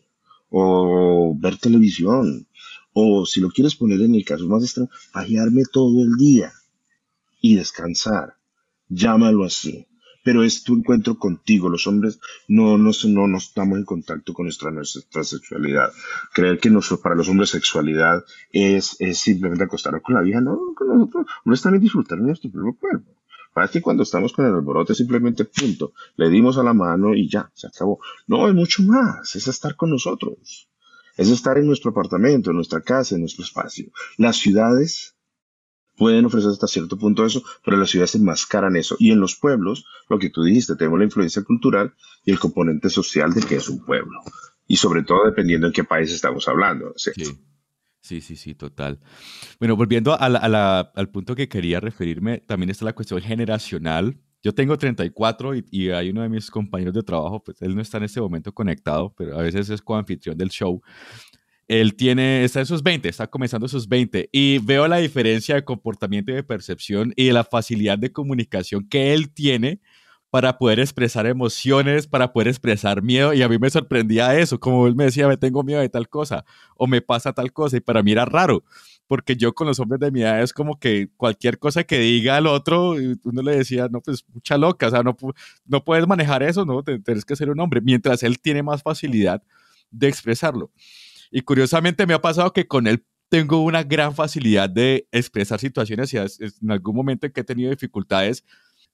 o ver televisión, o si lo quieres poner en el caso más extremo, pajearme todo el día y descansar. Llámalo así. Pero es tu encuentro contigo. Los hombres no, no, se- no, no estamos en contacto con nuestra, nuestra sexualidad. Creer que nos- para los hombres sexualidad es, es simplemente acostarnos con la vieja. No, con nosotros. Hombres también disfrutar de nuestro propio cuerpo. Para que cuando estamos con el alborote simplemente punto. Le dimos a la mano y ya, se acabó. No, es mucho más. Es estar con nosotros. Es estar en nuestro apartamento, en nuestra casa, en nuestro espacio. Las ciudades pueden ofrecer hasta cierto punto eso, pero las ciudades enmascaran eso. Y en los pueblos, lo que tú dijiste, tenemos la influencia cultural y el componente social de que es un pueblo. Y sobre todo dependiendo en qué país estamos hablando, ¿cierto? sí, sí, sí, sí, total. Bueno, volviendo a la- a la- al punto que quería referirme, también está la cuestión generacional. Yo tengo treinta y cuatro y, y hay uno de mis compañeros de trabajo, pues él no está en este momento conectado, pero a veces es coanfitrión del show. Él tiene, está en sus veinte, está comenzando sus veinte y veo la diferencia de comportamiento y de percepción y de la facilidad de comunicación que él tiene para poder expresar emociones, para poder expresar miedo, y a mí me sorprendía eso, como él me decía, me tengo miedo de tal cosa, o me pasa tal cosa, y para mí era raro, porque yo con los hombres de mi edad es como que cualquier cosa que diga al otro, uno le decía, no, pues mucha loca, o sea, no, no puedes manejar eso, no, tienes que ser un hombre, mientras él tiene más facilidad de expresarlo. Y curiosamente me ha pasado que con él tengo una gran facilidad de expresar situaciones y en algún momento en que he tenido dificultades,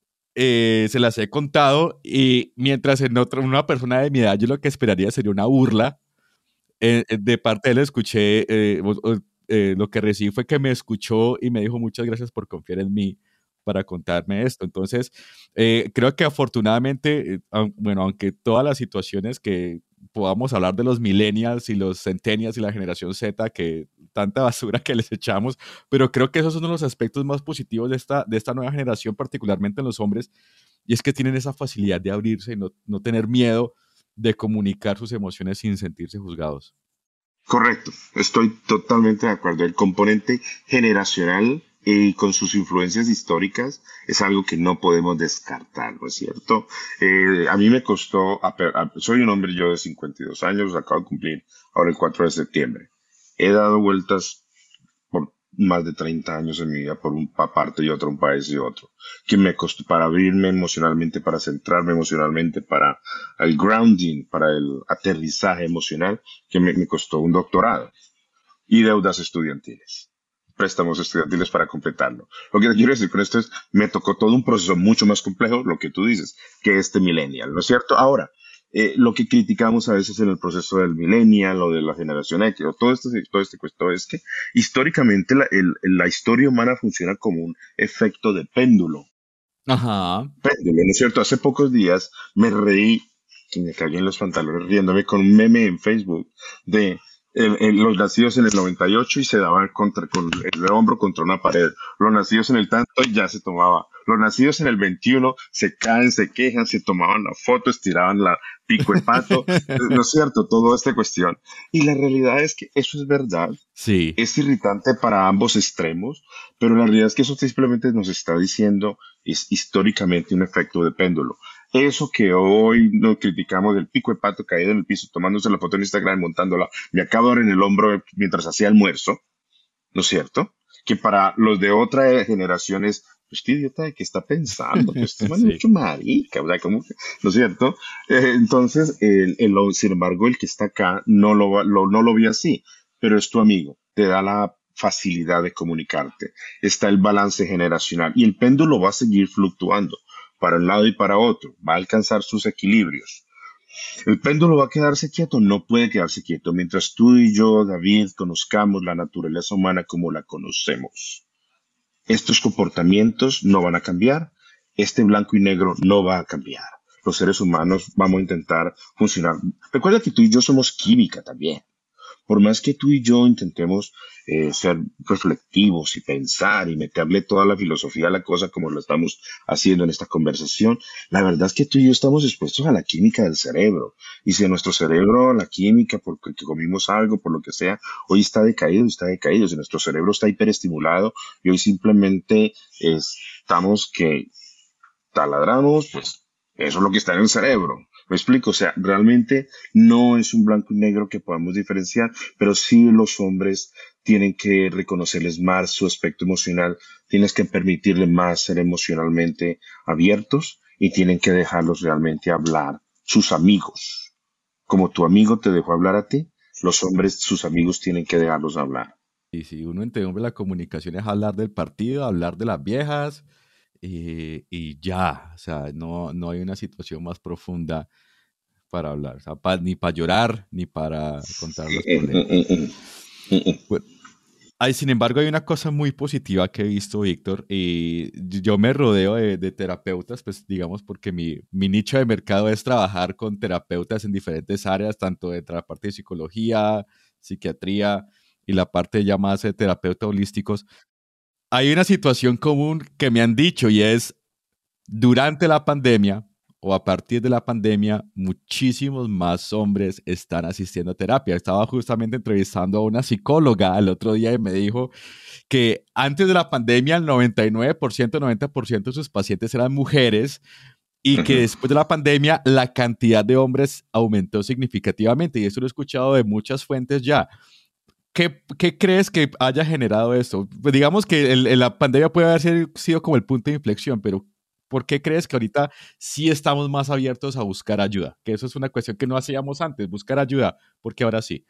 eh, se las he contado, y mientras en otra, una persona de mi edad yo lo que esperaría sería una burla, eh, de parte de él escuché, eh, eh, lo que recibí fue que me escuchó y me dijo muchas gracias por confiar en mí para contarme esto. Entonces, eh, creo que afortunadamente, eh, bueno, aunque todas las situaciones que podamos hablar de los millennials y los centennials y la generación Z, que tanta basura que les echamos, pero creo que esos son uno de los aspectos más positivos de esta, de esta nueva generación, particularmente en los hombres, y es que tienen esa facilidad de abrirse y no, no tener miedo de comunicar sus emociones sin sentirse juzgados. Correcto, estoy totalmente de acuerdo. El componente generacional y con sus influencias históricas es algo que no podemos descartar, ¿no es cierto? Eh, a mí me costó, a, a, soy un hombre yo de cincuenta y dos años, acabo de cumplir ahora el cuatro de septiembre. He dado vueltas por más de treinta años en mi vida, por un parte y otro, un país y otro, que me costó para abrirme emocionalmente, para centrarme emocionalmente, para el grounding, para el aterrizaje emocional, que me, me costó un doctorado y deudas estudiantiles, préstamos estudiantiles para completarlo. Lo que te quiero decir con esto es, me tocó todo un proceso mucho más complejo, lo que tú dices, que este millennial, ¿no es cierto? Ahora, Eh, lo que criticamos a veces en el proceso del millennial o de la generación X, o todo este, todo este cuento es que históricamente la, el, la historia humana funciona como un efecto de péndulo. Ajá. Péndulo, ¿no es cierto? Hace pocos días me reí y me cagué en los pantalones riéndome con un meme en Facebook de el, el, los nacidos en el noventa y ocho y se daban contra, con el hombro contra una pared. Los nacidos en el tanto y ya se tomaba. Los nacidos en el veintiuno se caen, se quejan, se tomaban la foto, estiraban la pico de pato. ¿No es cierto? Toda esta cuestión. Y la realidad es que eso es verdad. Sí. Es irritante para ambos extremos, pero la realidad es que eso simplemente nos está diciendo, es históricamente un efecto de péndulo. Eso que hoy nos criticamos del pico de pato caído en el piso, tomándose la foto en Instagram, montándola, me acabo de dar en el hombro mientras hacía almuerzo, ¿no es cierto? Que para los de otra generación es, pues qué idiota de qué está pensando, pues este man es mucho marica, o sea, ¿cómo que? ¿No es cierto? Eh, entonces, el, el, sin embargo, el que está acá no lo, lo, no lo ve así, pero es tu amigo, te da la facilidad de comunicarte, está el balance generacional y el péndulo va a seguir fluctuando para un lado y para otro, va a alcanzar sus equilibrios. El péndulo va a quedarse quieto, no puede quedarse quieto mientras tú y yo, David, conozcamos la naturaleza humana como la conocemos. Estos comportamientos no van a cambiar, este blanco y negro no va a cambiar. Los seres humanos vamos a intentar funcionar. Recuerda que tú y yo somos química también. Por más que tú y yo intentemos eh, ser reflexivos y pensar y meterle toda la filosofía a la cosa como lo estamos haciendo en esta conversación, la verdad es que tú y yo estamos expuestos a la química del cerebro. Y si en nuestro cerebro la química, porque comimos algo, por lo que sea, hoy está decaído, está decaído. Si nuestro cerebro está hiperestimulado y hoy simplemente eh, estamos que taladramos, pues eso es lo que está en el cerebro. ¿Me explico? O sea, realmente no es un blanco y negro que podamos diferenciar, pero sí los hombres tienen que reconocerles más su aspecto emocional, tienes que permitirle más ser emocionalmente abiertos y tienen que dejarlos realmente hablar. Sus amigos, como tu amigo te dejó hablar a ti, los hombres, sus amigos tienen que dejarlos hablar. Y si uno entre hombres la comunicación es hablar del partido, hablar de las viejas, y, y ya, o sea, no, no hay una situación más profunda para hablar, o sea, pa, ni para llorar, ni para contar los problemas. Bueno, hay, sin embargo, hay una cosa muy positiva que he visto, Víctor, y yo me rodeo de, de terapeutas, pues digamos, porque mi, mi nicho de mercado es trabajar con terapeutas en diferentes áreas, tanto de la parte de psicología, psiquiatría y la parte ya más de terapeutas holísticos. Hay una situación común que me han dicho y es, durante la pandemia o a partir de la pandemia, muchísimos más hombres están asistiendo a terapia. Estaba justamente entrevistando a una psicóloga el otro día y me dijo que antes de la pandemia el noventa y nueve por ciento, noventa por ciento de sus pacientes eran mujeres y que Ujú. después de la pandemia la cantidad de hombres aumentó significativamente y eso lo he escuchado de muchas fuentes ya. ¿Qué, qué crees que haya generado esto? Pues digamos que el, el- la pandemia puede haber sido, sido como el punto de inflexión, pero ¿por qué crees que ahorita sí estamos más abiertos a buscar ayuda? Que eso es una cuestión que no hacíamos antes, buscar ayuda, porque ahora sí.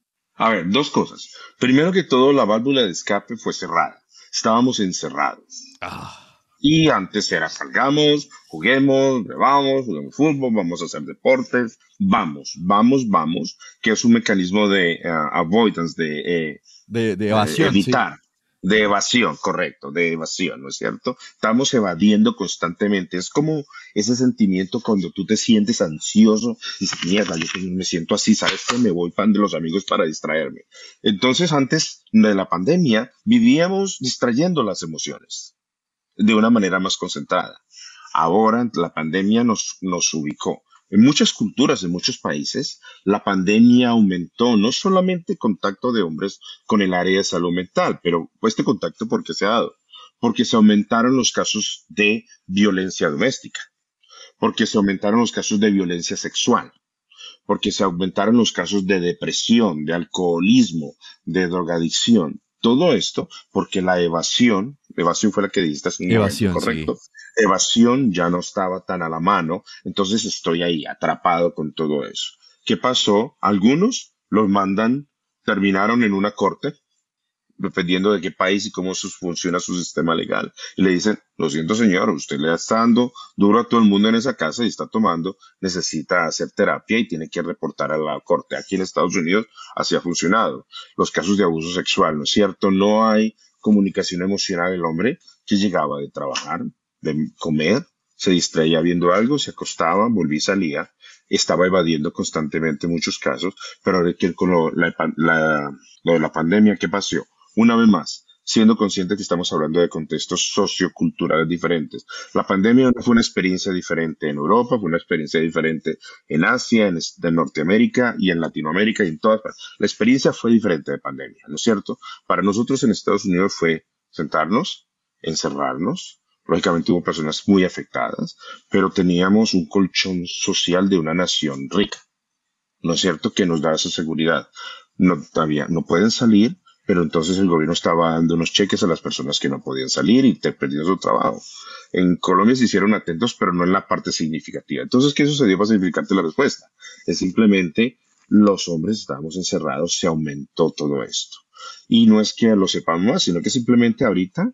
A ver, dos cosas. Primero que todo, la válvula de escape fue cerrada. Estábamos encerrados. Ah, Y antes era salgamos, juguemos, bebamos, juguemos fútbol, vamos a hacer deportes, vamos, vamos, vamos, que es un mecanismo de eh, avoidance, de eh, de, de eh, evasión, sí. evitar, de evasión, correcto, de evasión, ¿no es cierto? Estamos evadiendo constantemente. Es como ese sentimiento cuando tú te sientes ansioso y dices, mierda, yo me siento así, ¿sabes qué? Me voy pan de los amigos para distraerme. Entonces, antes de la pandemia, vivíamos distrayendo las emociones de una manera más concentrada. Ahora la pandemia nos, nos ubicó. En muchas culturas, en muchos países, la pandemia aumentó no solamente el contacto de hombres con el área de salud mental, pero este contacto, ¿por qué se ha dado? Porque se aumentaron los casos de violencia doméstica, porque se aumentaron los casos de violencia sexual, porque se aumentaron los casos de depresión, de alcoholismo, de drogadicción. Todo esto porque la evasión, evasión fue la que dijiste hace un momento, Evasión, sí. ¿correcto? Evasión ya no estaba tan a la mano, entonces estoy ahí atrapado con todo eso. ¿Qué pasó? Algunos los mandan, terminaron en una corte, dependiendo de qué país y cómo sus- funciona su sistema legal. Y le dicen, lo siento señor, usted le está dando duro a todo el mundo en esa casa y está tomando, necesita hacer terapia y tiene que reportar a la corte. Aquí en Estados Unidos así ha funcionado. Los casos de abuso sexual, ¿no es cierto? No hay comunicación emocional. El hombre que llegaba de trabajar, de comer, se distraía viendo algo, se acostaba, volvía y salía. Estaba evadiendo constantemente muchos casos, pero ahora que con lo, la, la- lo de la pandemia, ¿qué pasó? Una vez más, siendo consciente que estamos hablando de contextos socioculturales diferentes. La pandemia no fue una experiencia diferente en Europa, fue una experiencia diferente en Asia, en, es- en Norteamérica y en Latinoamérica y en todas partes. La experiencia fue diferente de pandemia, ¿no es cierto? Para nosotros en Estados Unidos fue sentarnos, encerrarnos. Lógicamente hubo personas muy afectadas, pero teníamos un colchón social de una nación rica, ¿no es cierto? Que nos da esa seguridad. No, todavía no pueden salir, pero entonces el gobierno estaba dando unos cheques a las personas que no podían salir y te perdieron su trabajo. En Colombia se hicieron atentos, pero no en la parte significativa. Entonces, ¿qué sucedió para significarte la respuesta? Es simplemente los hombres estábamos encerrados, se aumentó todo esto. Y no es que lo sepamos más, sino que simplemente ahorita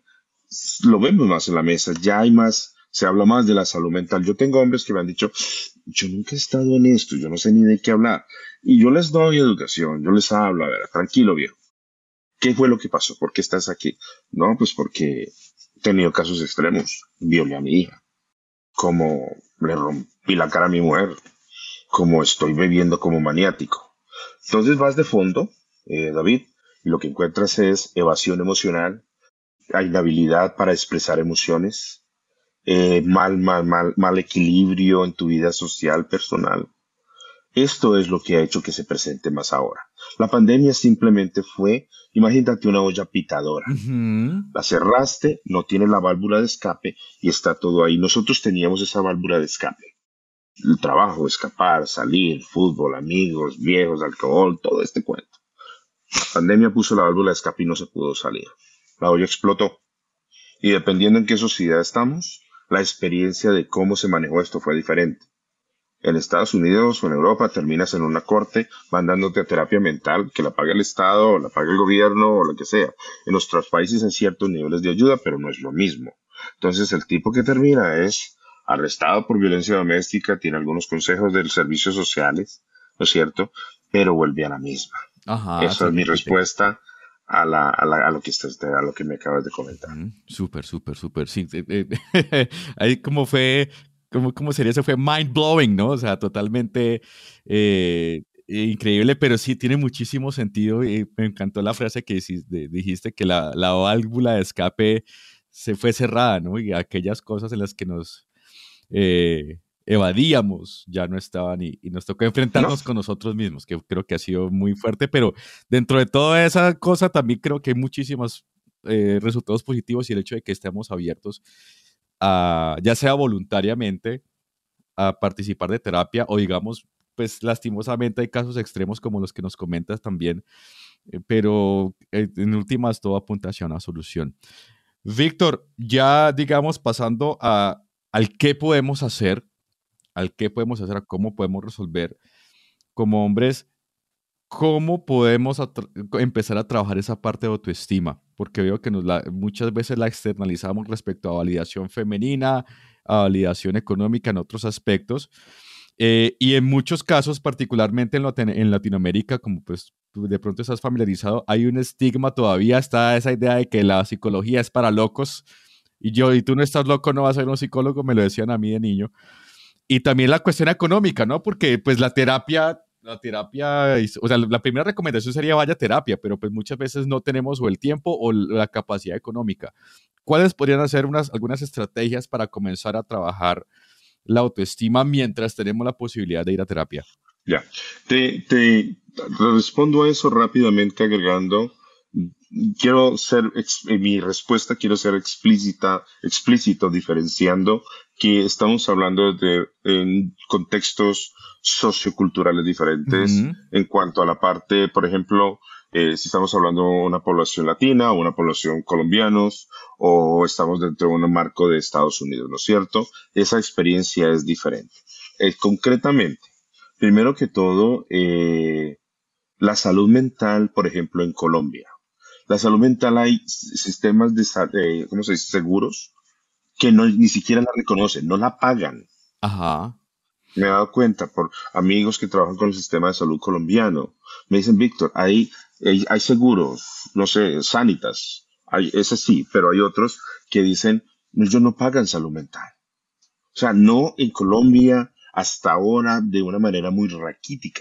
lo vemos más en la mesa, ya hay más, se habla más de la salud mental. Yo tengo hombres que me han dicho, yo nunca he estado en esto, yo no sé ni de qué hablar. Y yo les doy educación, yo les hablo, a ver, tranquilo viejo, ¿qué fue lo que pasó? ¿Por qué estás aquí? No, pues porque he tenido casos extremos, violé a mi hija, como le rompí la cara a mi mujer, como estoy bebiendo como maniático. Entonces vas de fondo, eh, David, y lo que encuentras es evasión emocional, hay inhabilidad para expresar emociones, eh, mal, mal, mal, mal equilibrio en tu vida social, personal. Esto es lo que ha hecho que se presente más ahora. La pandemia simplemente fue, imagínate una olla pitadora. Ujú. La cerraste, no tiene la válvula de escape y está todo ahí. Nosotros teníamos esa válvula de escape. El trabajo, escapar, salir, fútbol, amigos, viejos, alcohol, todo este cuento. La pandemia puso la válvula de escape y no se pudo salir. La olla explotó. Y dependiendo en qué sociedad estamos, la experiencia de cómo se manejó esto fue diferente. En Estados Unidos o en Europa terminas en una corte mandándote a terapia mental que la pague el Estado o la pague el gobierno o lo que sea. En nuestros países hay ciertos niveles de ayuda, pero no es lo mismo. Entonces el tipo que termina es arrestado por violencia doméstica, tiene algunos consejos de los servicios sociales, ¿no es cierto? Pero vuelve a la misma. Ajá, Esa se es mi repite. respuesta a, la, a, la- a lo que estás- a lo que me acabas de comentar. Ujú. Súper, súper, súper. Sí, eh, eh, ahí como fue, como, ¿cómo sería? Eso fue mind blowing, ¿no? O sea, totalmente eh, increíble, pero sí tiene muchísimo sentido. Y me encantó la frase que dici- de- dijiste, que la, la válvula de escape se fue cerrada, ¿no? Y aquellas cosas en las que nos eh, evadíamos ya no estaban y, y nos tocó ¿No? enfrentarnos con nosotros mismos, que creo que ha sido muy fuerte, pero dentro de toda esa cosa también creo que hay muchísimos eh, resultados positivos y el hecho de que estemos abiertos a, ya sea voluntariamente a participar de terapia o digamos, pues lastimosamente hay casos extremos como los que nos comentas también, eh, pero eh, en últimas todo apunta hacia una solución. Víctor, ya digamos pasando a, al qué podemos hacer, al qué podemos hacer, a cómo podemos resolver como hombres, ¿cómo podemos empezar a trabajar esa parte de autoestima? Porque veo que nos la, muchas veces la externalizamos respecto a validación femenina, a validación económica en otros aspectos. Eh, y en muchos casos, particularmente en, en Latinoamérica, como pues de pronto estás familiarizado, hay un estigma todavía, está esa idea de que la psicología es para locos. Y yo, y tú no estás loco, no vas a ser un psicólogo, me lo decían a mí de niño. Y también la cuestión económica, ¿no? Porque pues la terapia, la terapia, o sea, la primera recomendación sería vaya a terapia, pero pues muchas veces no tenemos o el tiempo o la capacidad económica. ¿Cuáles podrían ser unas, algunas estrategias para comenzar a trabajar la autoestima mientras tenemos la posibilidad de ir a terapia? Ya, te, te respondo a eso rápidamente agregando, quiero ser, ex- en mi respuesta quiero ser explícita, explícito, diferenciando que estamos hablando de en contextos socioculturales diferentes Ujú. en cuanto a la parte, por ejemplo, eh, si estamos hablando de una población latina o una población colombianos o estamos dentro de un marco de Estados Unidos, ¿no es cierto? Esa experiencia es diferente. Eh, concretamente, primero que todo, eh, la salud mental, por ejemplo, en Colombia. La salud mental hay s- sistemas de, sa- eh, ¿cómo se dice? Seguros que no, ni siquiera la reconocen, no la pagan. Ajá, Me he dado cuenta por amigos que trabajan con el sistema de salud colombiano. Me dicen, Víctor, hay, hay, hay seguros, no sé, Sanitas, hay, ese sí, pero hay otros que dicen, "No, ellos no pagan salud mental. O sea, no en Colombia hasta ahora de una manera muy raquítica.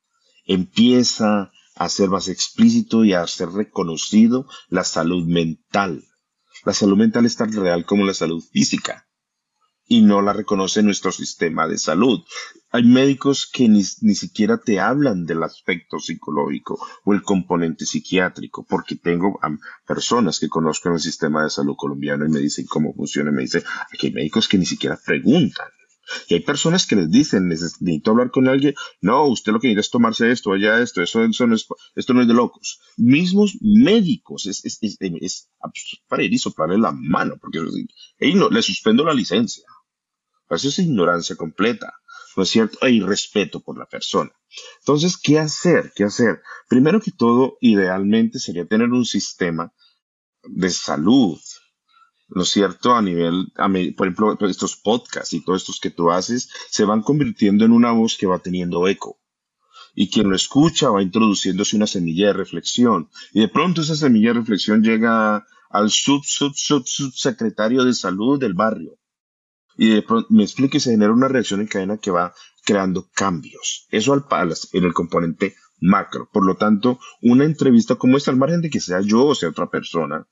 Empieza a ser más explícito y a ser reconocido la salud mental. La salud mental es tan real como la salud física y no la reconoce nuestro sistema de salud. Hay médicos que ni, ni siquiera te hablan del aspecto psicológico o el componente psiquiátrico, porque tengo um, personas que conozco en el sistema de salud colombiano y me dicen cómo funciona, y me dicen, aquí hay médicos que ni siquiera preguntan. Y hay personas que les dicen, necesito hablar con alguien, no, usted lo que necesita es tomarse esto, allá esto, eso, eso no es, esto no es de locos. Mismos médicos, es, es, es, es para ir y soplarle la mano, porque hey, no, le suspendo la licencia. Eso es ignorancia completa, ¿no es cierto? Hay respeto por la persona. Entonces, ¿qué hacer? ¿Qué hacer? Primero que todo, idealmente sería tener un sistema de salud, ¿no es cierto? A nivel, a me- por ejemplo, pues, estos podcasts y todos estos que tú haces se van convirtiendo en una voz que va teniendo eco. Y quien lo escucha va introduciéndose una semilla de reflexión. Y de pronto esa semilla de reflexión llega al sub, sub, sub, subsecretario de salud del barrio. Y de pronto me explico y se genera una reacción en cadena que va creando cambios. Eso al, al- en el componente macro. Por lo tanto, una entrevista como esta, al margen de que sea yo o sea otra persona,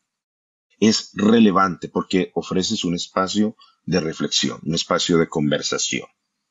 es relevante porque ofreces un espacio de reflexión, un espacio de conversación.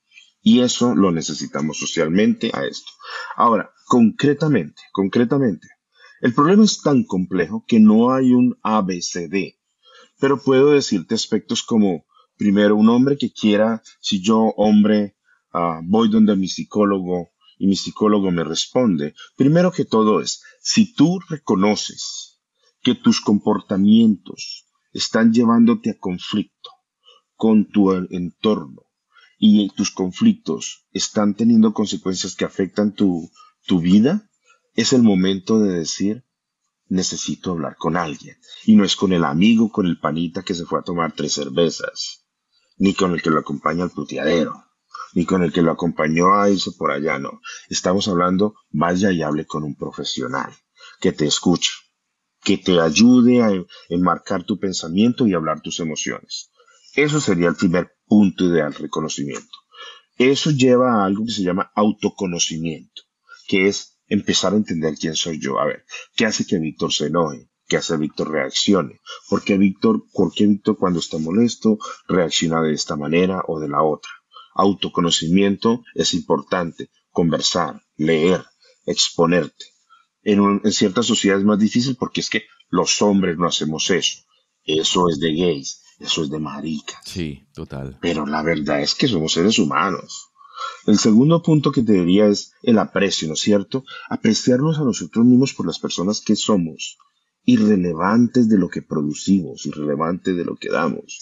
Y eso lo necesitamos socialmente a esto. Ahora, concretamente, concretamente, el problema es tan complejo que no hay un A B C D, pero puedo decirte aspectos como, primero, un hombre que quiera, si yo, hombre, ah, voy donde mi psicólogo y mi psicólogo me responde, primero que todo es, si tú reconoces que tus comportamientos están llevándote a conflicto con tu en- entorno y tus conflictos están teniendo consecuencias que afectan tu, tu vida, es el momento de decir, necesito hablar con alguien. Y no es con el amigo, con el panita que se fue a tomar tres cervezas, ni con el que lo acompaña al puteadero, ni con el que lo acompañó a irse por allá, no. Estamos hablando, vaya y hable con un profesional que te escuche, que te ayude a en- enmarcar tu pensamiento y hablar tus emociones. Eso sería el primer punto ideal, reconocimiento. Eso lleva a algo que se llama autoconocimiento, que es empezar a entender quién soy yo. A ver, ¿qué hace que Víctor se enoje? ¿Qué hace que Víctor reaccione? ¿Por qué Víctor, por qué Víctor cuando está molesto reacciona de esta manera o de la otra? Autoconocimiento es importante. Conversar, leer, exponerte. En, un- en ciertas sociedades es más difícil porque es que los hombres no hacemos eso. Eso es de gays. Eso es de maricas. Sí, total. Pero la verdad es que somos seres humanos. El segundo punto que te diría es el aprecio, ¿no es cierto? Apreciarnos a nosotros mismos por las personas que somos, irrelevantes de lo que producimos, irrelevantes de lo que damos.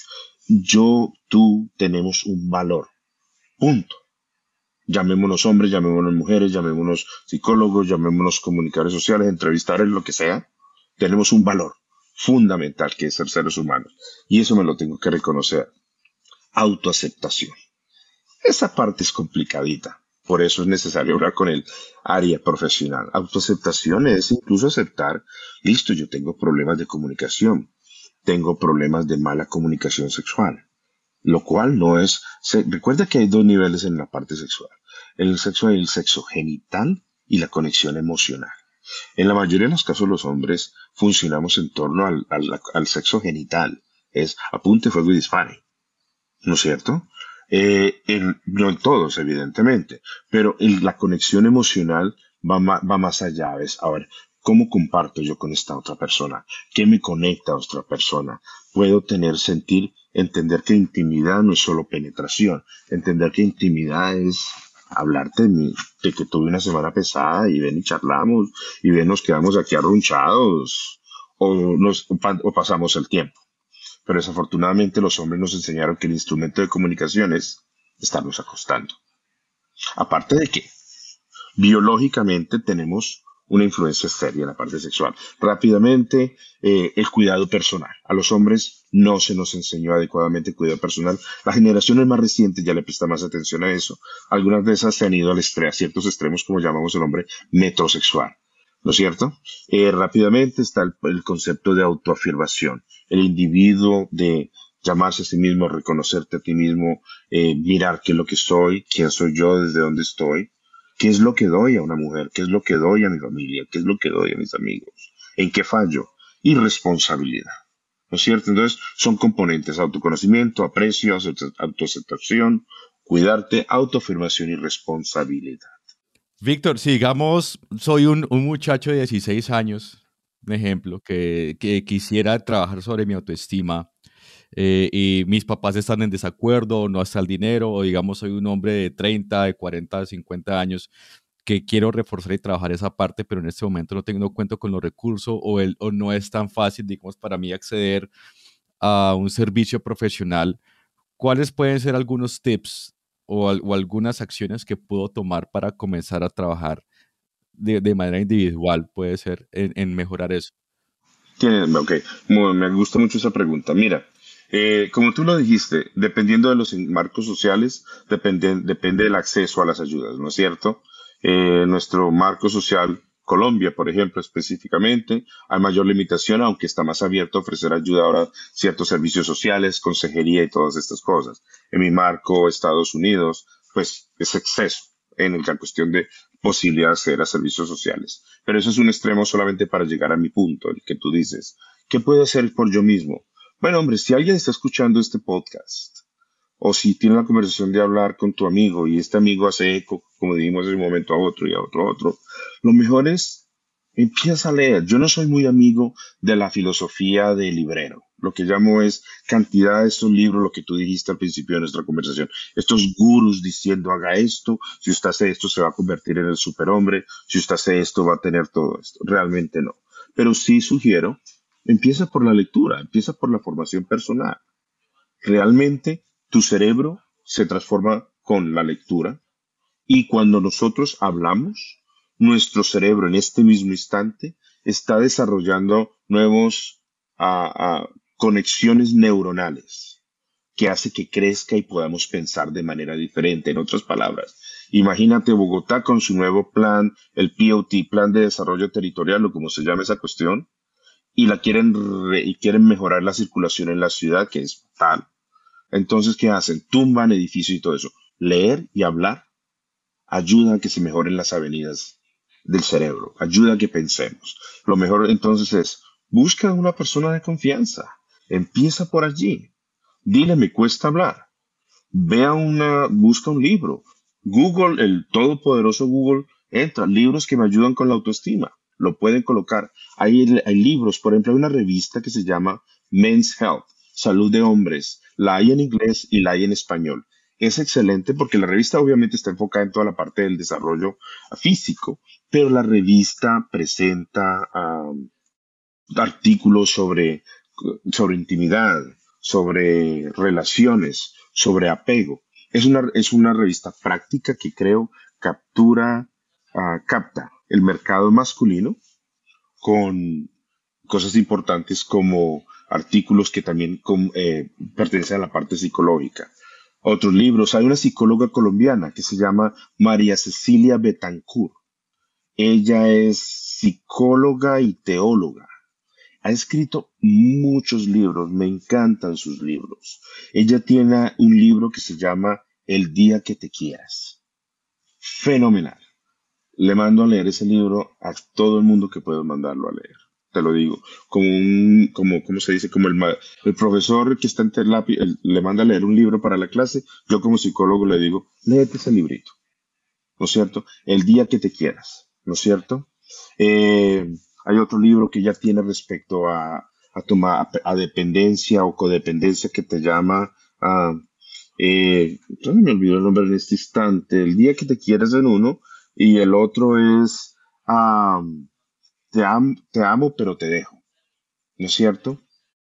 Yo, tú, tenemos un valor. Punto. Llamémonos hombres, llamémonos mujeres, llamémonos psicólogos, llamémonos comunicadores sociales, entrevistadores, lo que sea. Tenemos un valor fundamental que es ser seres humanos. Y eso me lo tengo que reconocer. Autoaceptación. Esa parte es complicadita. Por eso es necesario hablar con el área profesional. Autoaceptación es incluso aceptar, listo, yo tengo problemas de comunicación, tengo problemas de mala comunicación sexual, lo cual no es... Se, recuerda que hay dos niveles en la parte sexual. El sexo hay el sexo genital y la conexión emocional. En la mayoría de los casos los hombres funcionamos en torno al, al, al sexo genital. Es apunte, fuego y dispare. ¿No es cierto? Eh, en- no en todos, evidentemente, pero en la conexión emocional va, ma- va más allá. ¿Ves? A ver, ¿cómo comparto yo con esta otra persona? ¿Qué me conecta a otra persona? Puedo tener, sentir, entender que intimidad no es solo penetración, entender que intimidad es hablarte de, mi- de que tuve una semana pesada y ven y charlamos y ven nos quedamos aquí arrunchados o, nos, o pa- o pasamos el tiempo. Pero desafortunadamente los hombres nos enseñaron que el instrumento de comunicación es estarnos acostando. Aparte de que biológicamente tenemos una influencia seria en la parte sexual. Rápidamente, eh, el cuidado personal. A los hombres no se nos enseñó adecuadamente el cuidado personal. Las generaciones más recientes ya le prestan más atención a eso. Algunas de esas se han ido al estre- a ciertos extremos, como llamamos el hombre metrosexual. ¿No es cierto? Eh, rápidamente está el, el concepto de autoafirmación. El individuo de llamarse a sí mismo, reconocerte a ti mismo, eh, mirar qué es lo que soy, quién soy yo, desde dónde estoy. ¿Qué es lo que doy a una mujer? ¿Qué es lo que doy a mi familia? ¿Qué es lo que doy a mis amigos? ¿En qué fallo? Y responsabilidad. ¿No es cierto? Entonces, son componentes: autoconocimiento, aprecio, auto- autoaceptación, cuidarte, autoafirmación y responsabilidad. Víctor, si digamos, soy un, un muchacho de dieciséis años, un ejemplo, que, que quisiera trabajar sobre mi autoestima eh, y mis papás están en desacuerdo, no está el dinero, o digamos, soy un hombre de treinta, de cuarenta, de cincuenta años que quiero reforzar y trabajar esa parte, pero en este momento no tengo no cuento con los recursos o, el, o no es tan fácil, digamos, para mí acceder a un servicio profesional. ¿Cuáles pueden ser algunos tips o, al- o algunas acciones que puedo tomar para comenzar a trabajar de, de manera individual, puede ser, en, en mejorar eso? Tiene, ok, Mu- me gusta mucho esa pregunta. Mira, eh, como tú lo dijiste, dependiendo de los marcos sociales, depende, depende del acceso a las ayudas, ¿no es cierto? Eh, nuestro marco social, Colombia, por ejemplo, específicamente, hay mayor limitación, aunque está más abierto a ofrecer ayuda ahora, a ciertos servicios sociales, consejería y todas estas cosas. En mi marco, Estados Unidos, pues es exceso en la cuestión de posibilidad de acceder a servicios sociales. Pero eso es un extremo solamente para llegar a mi punto, el que tú dices. ¿Qué puedo hacer por yo mismo? Bueno, hombre, si alguien está escuchando este podcast, o si tiene la conversación de hablar con tu amigo y este amigo hace eco, como dijimos de un momento a otro y a otro a otro, lo mejor es empieza a leer. Yo no soy muy amigo de la filosofía del librero. Lo que llamo es cantidad de estos libros, lo que tú dijiste al principio de nuestra conversación. Estos gurús diciendo haga esto, si usted hace esto se va a convertir en el superhombre, si usted hace esto va a tener todo esto. Realmente no. Pero sí sugiero, empieza por la lectura, empieza por la formación personal. Realmente tu cerebro se transforma con la lectura y cuando nosotros hablamos, nuestro cerebro en este mismo instante está desarrollando nuevos ah, ah, conexiones neuronales que hace que crezca y podamos pensar de manera diferente. En otras palabras, imagínate Bogotá con su nuevo plan, el P O T, Plan de Desarrollo Territorial, o como se llama esa cuestión, y la quieren re- y quieren mejorar la circulación en la ciudad, que es tal. Entonces, ¿qué hacen? Tumban edificios y todo eso. Leer y hablar ayuda a que se mejoren las avenidas del cerebro, ayuda a que pensemos. Lo mejor entonces es, busca una persona de confianza, empieza por allí, dile, me cuesta hablar, vea una, busca un libro. Google, el todopoderoso Google, entra, libros que me ayudan con la autoestima, lo pueden colocar. Hay, hay libros, por ejemplo, hay una revista que se llama Men's Health, Salud de Hombres. La hay en inglés y la hay en español. Es excelente porque la revista obviamente está enfocada en toda la parte del desarrollo físico, pero la revista presenta um, artículos sobre, sobre intimidad, sobre relaciones, sobre apego. Es una, es una revista práctica que creo captura, uh, capta el mercado masculino con cosas importantes como artículos que también com- eh, pertenecen a la parte psicológica. Otros libros, hay una psicóloga colombiana que se llama María Cecilia Betancourt. Ella es psicóloga y teóloga. Ha escrito muchos libros, me encantan sus libros. Ella tiene un libro que se llama El día que te quieras. Fenomenal. Le mando a leer ese libro a todo el mundo que pueda mandarlo a leer. Te lo digo, como un, como, ¿cómo se dice? Como el, ma- el profesor que está en Terlapi, el- le manda a leer un libro para la clase, yo como psicólogo le digo, léete ese librito, ¿no es cierto? El día que te quieras, ¿no es cierto? Eh, hay otro libro que ya tiene respecto a, a, toma- a, a dependencia o codependencia que te llama, ah, eh, ya me olvidó el nombre en este instante, el día que te quieras en uno, y el otro es, ah, te amo, te amo, pero te dejo, ¿no es cierto?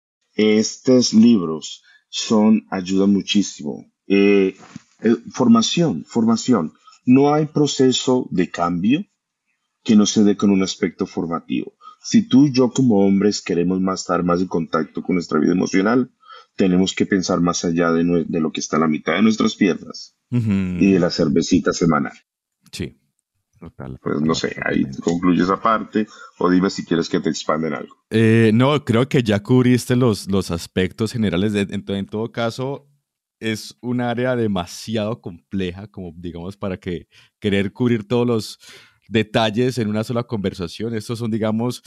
Estos libros son, ayudan muchísimo. Eh, eh, formación, formación. No hay proceso de cambio que no se dé con un aspecto formativo. Si tú y yo como hombres queremos más estar más en contacto con nuestra vida emocional, tenemos que pensar más allá de, nue- de lo que está a la mitad de nuestras piernas y de Ujú. la cervecita semanal. Sí, total, Pues no total, sé, ahí totalmente. concluye esa parte o dime si quieres que te expanden algo. Eh, no, creo que ya cubriste los, los aspectos generales. De- en, to- en todo caso, es un área demasiado compleja, como digamos, para que querer cubrir todos los detalles en una sola conversación. Estos son, digamos,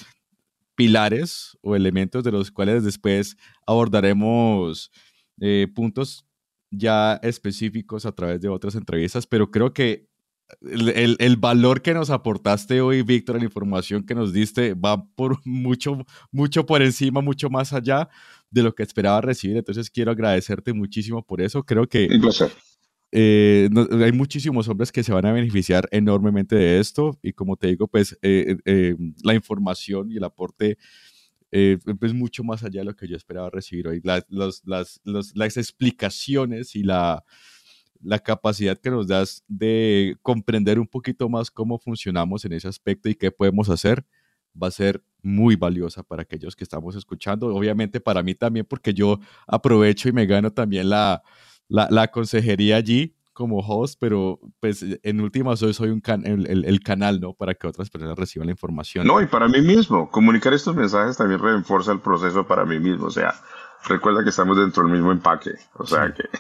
pilares o elementos de los cuales después abordaremos eh, puntos ya específicos a través de otras entrevistas, pero creo que el, el- el valor que nos aportaste hoy, Víctor, la información que nos diste, va por mucho, mucho por encima, mucho más allá de lo que esperaba recibir. Entonces quiero agradecerte muchísimo por eso. Creo que Un placer. eh, no- hay muchísimos hombres que se van a beneficiar enormemente de esto y como te digo, pues eh, eh, la información y el aporte eh, es mucho más allá de lo que yo esperaba recibir hoy. La- los- las, los- las explicaciones y la, la capacidad que nos das de comprender un poquito más cómo funcionamos en ese aspecto y qué podemos hacer va a ser muy valiosa para aquellos que estamos escuchando. Obviamente para mí también, porque yo aprovecho y me gano también la, la, la consejería allí como host, pero pues en últimas soy, soy un can- el, el- el canal, ¿no? Para que otras personas reciban la información. No, y para mí mismo, comunicar estos mensajes también refuerza el proceso para mí mismo. O sea, recuerda que estamos dentro del mismo empaque. O sea Sí, que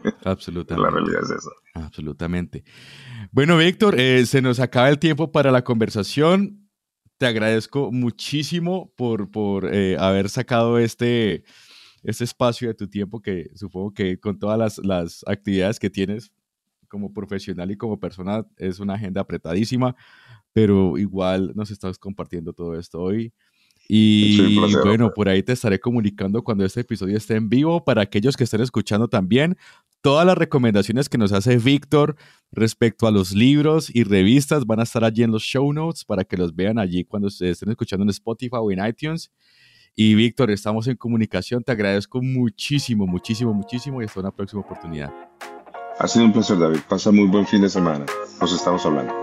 la absolutamente. realidad es esa. Absolutamente. Bueno, Víctor, eh, se nos acaba el tiempo para la conversación. Te agradezco muchísimo por, por eh, haber sacado este, este espacio de tu tiempo que supongo que con todas las, las actividades que tienes como profesional y como persona es una agenda apretadísima, pero igual nos estás compartiendo todo esto hoy. Es un Y placer, hombre. bueno, por ahí te estaré comunicando cuando este episodio esté en vivo. Para aquellos que estén escuchando también, todas las recomendaciones que nos hace Víctor respecto a los libros y revistas van a estar allí en los show notes para que los vean allí cuando se estén escuchando en Spotify o en iTunes. Y Víctor, estamos en comunicación. Te agradezco muchísimo, muchísimo, muchísimo y hasta una próxima oportunidad. Ha sido un placer, David. Pasa muy buen fin de semana. Nos estamos hablando.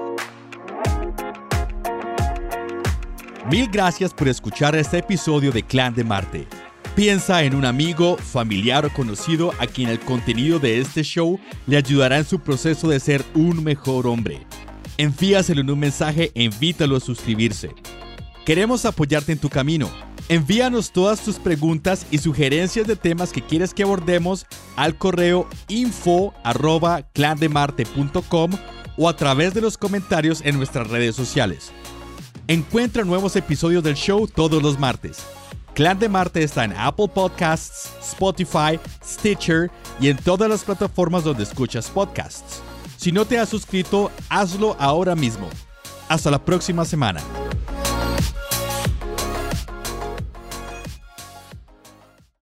Mil gracias por escuchar este episodio de Clan de Marte. Piensa en un amigo, familiar o conocido a quien el contenido de este show le ayudará en su proceso de ser un mejor hombre. Envíaselo en un mensaje e invítalo a suscribirse. Queremos apoyarte en tu camino. Envíanos todas tus preguntas y sugerencias de temas que quieres que abordemos al correo info arroba clandemarte punto com o a través de los comentarios en nuestras redes sociales. Encuentra nuevos episodios del show todos los martes. Clan de Marte está en Apple Podcasts, Spotify, Stitcher y en todas las plataformas donde escuchas podcasts. Si no te has suscrito, hazlo ahora mismo. Hasta la próxima semana.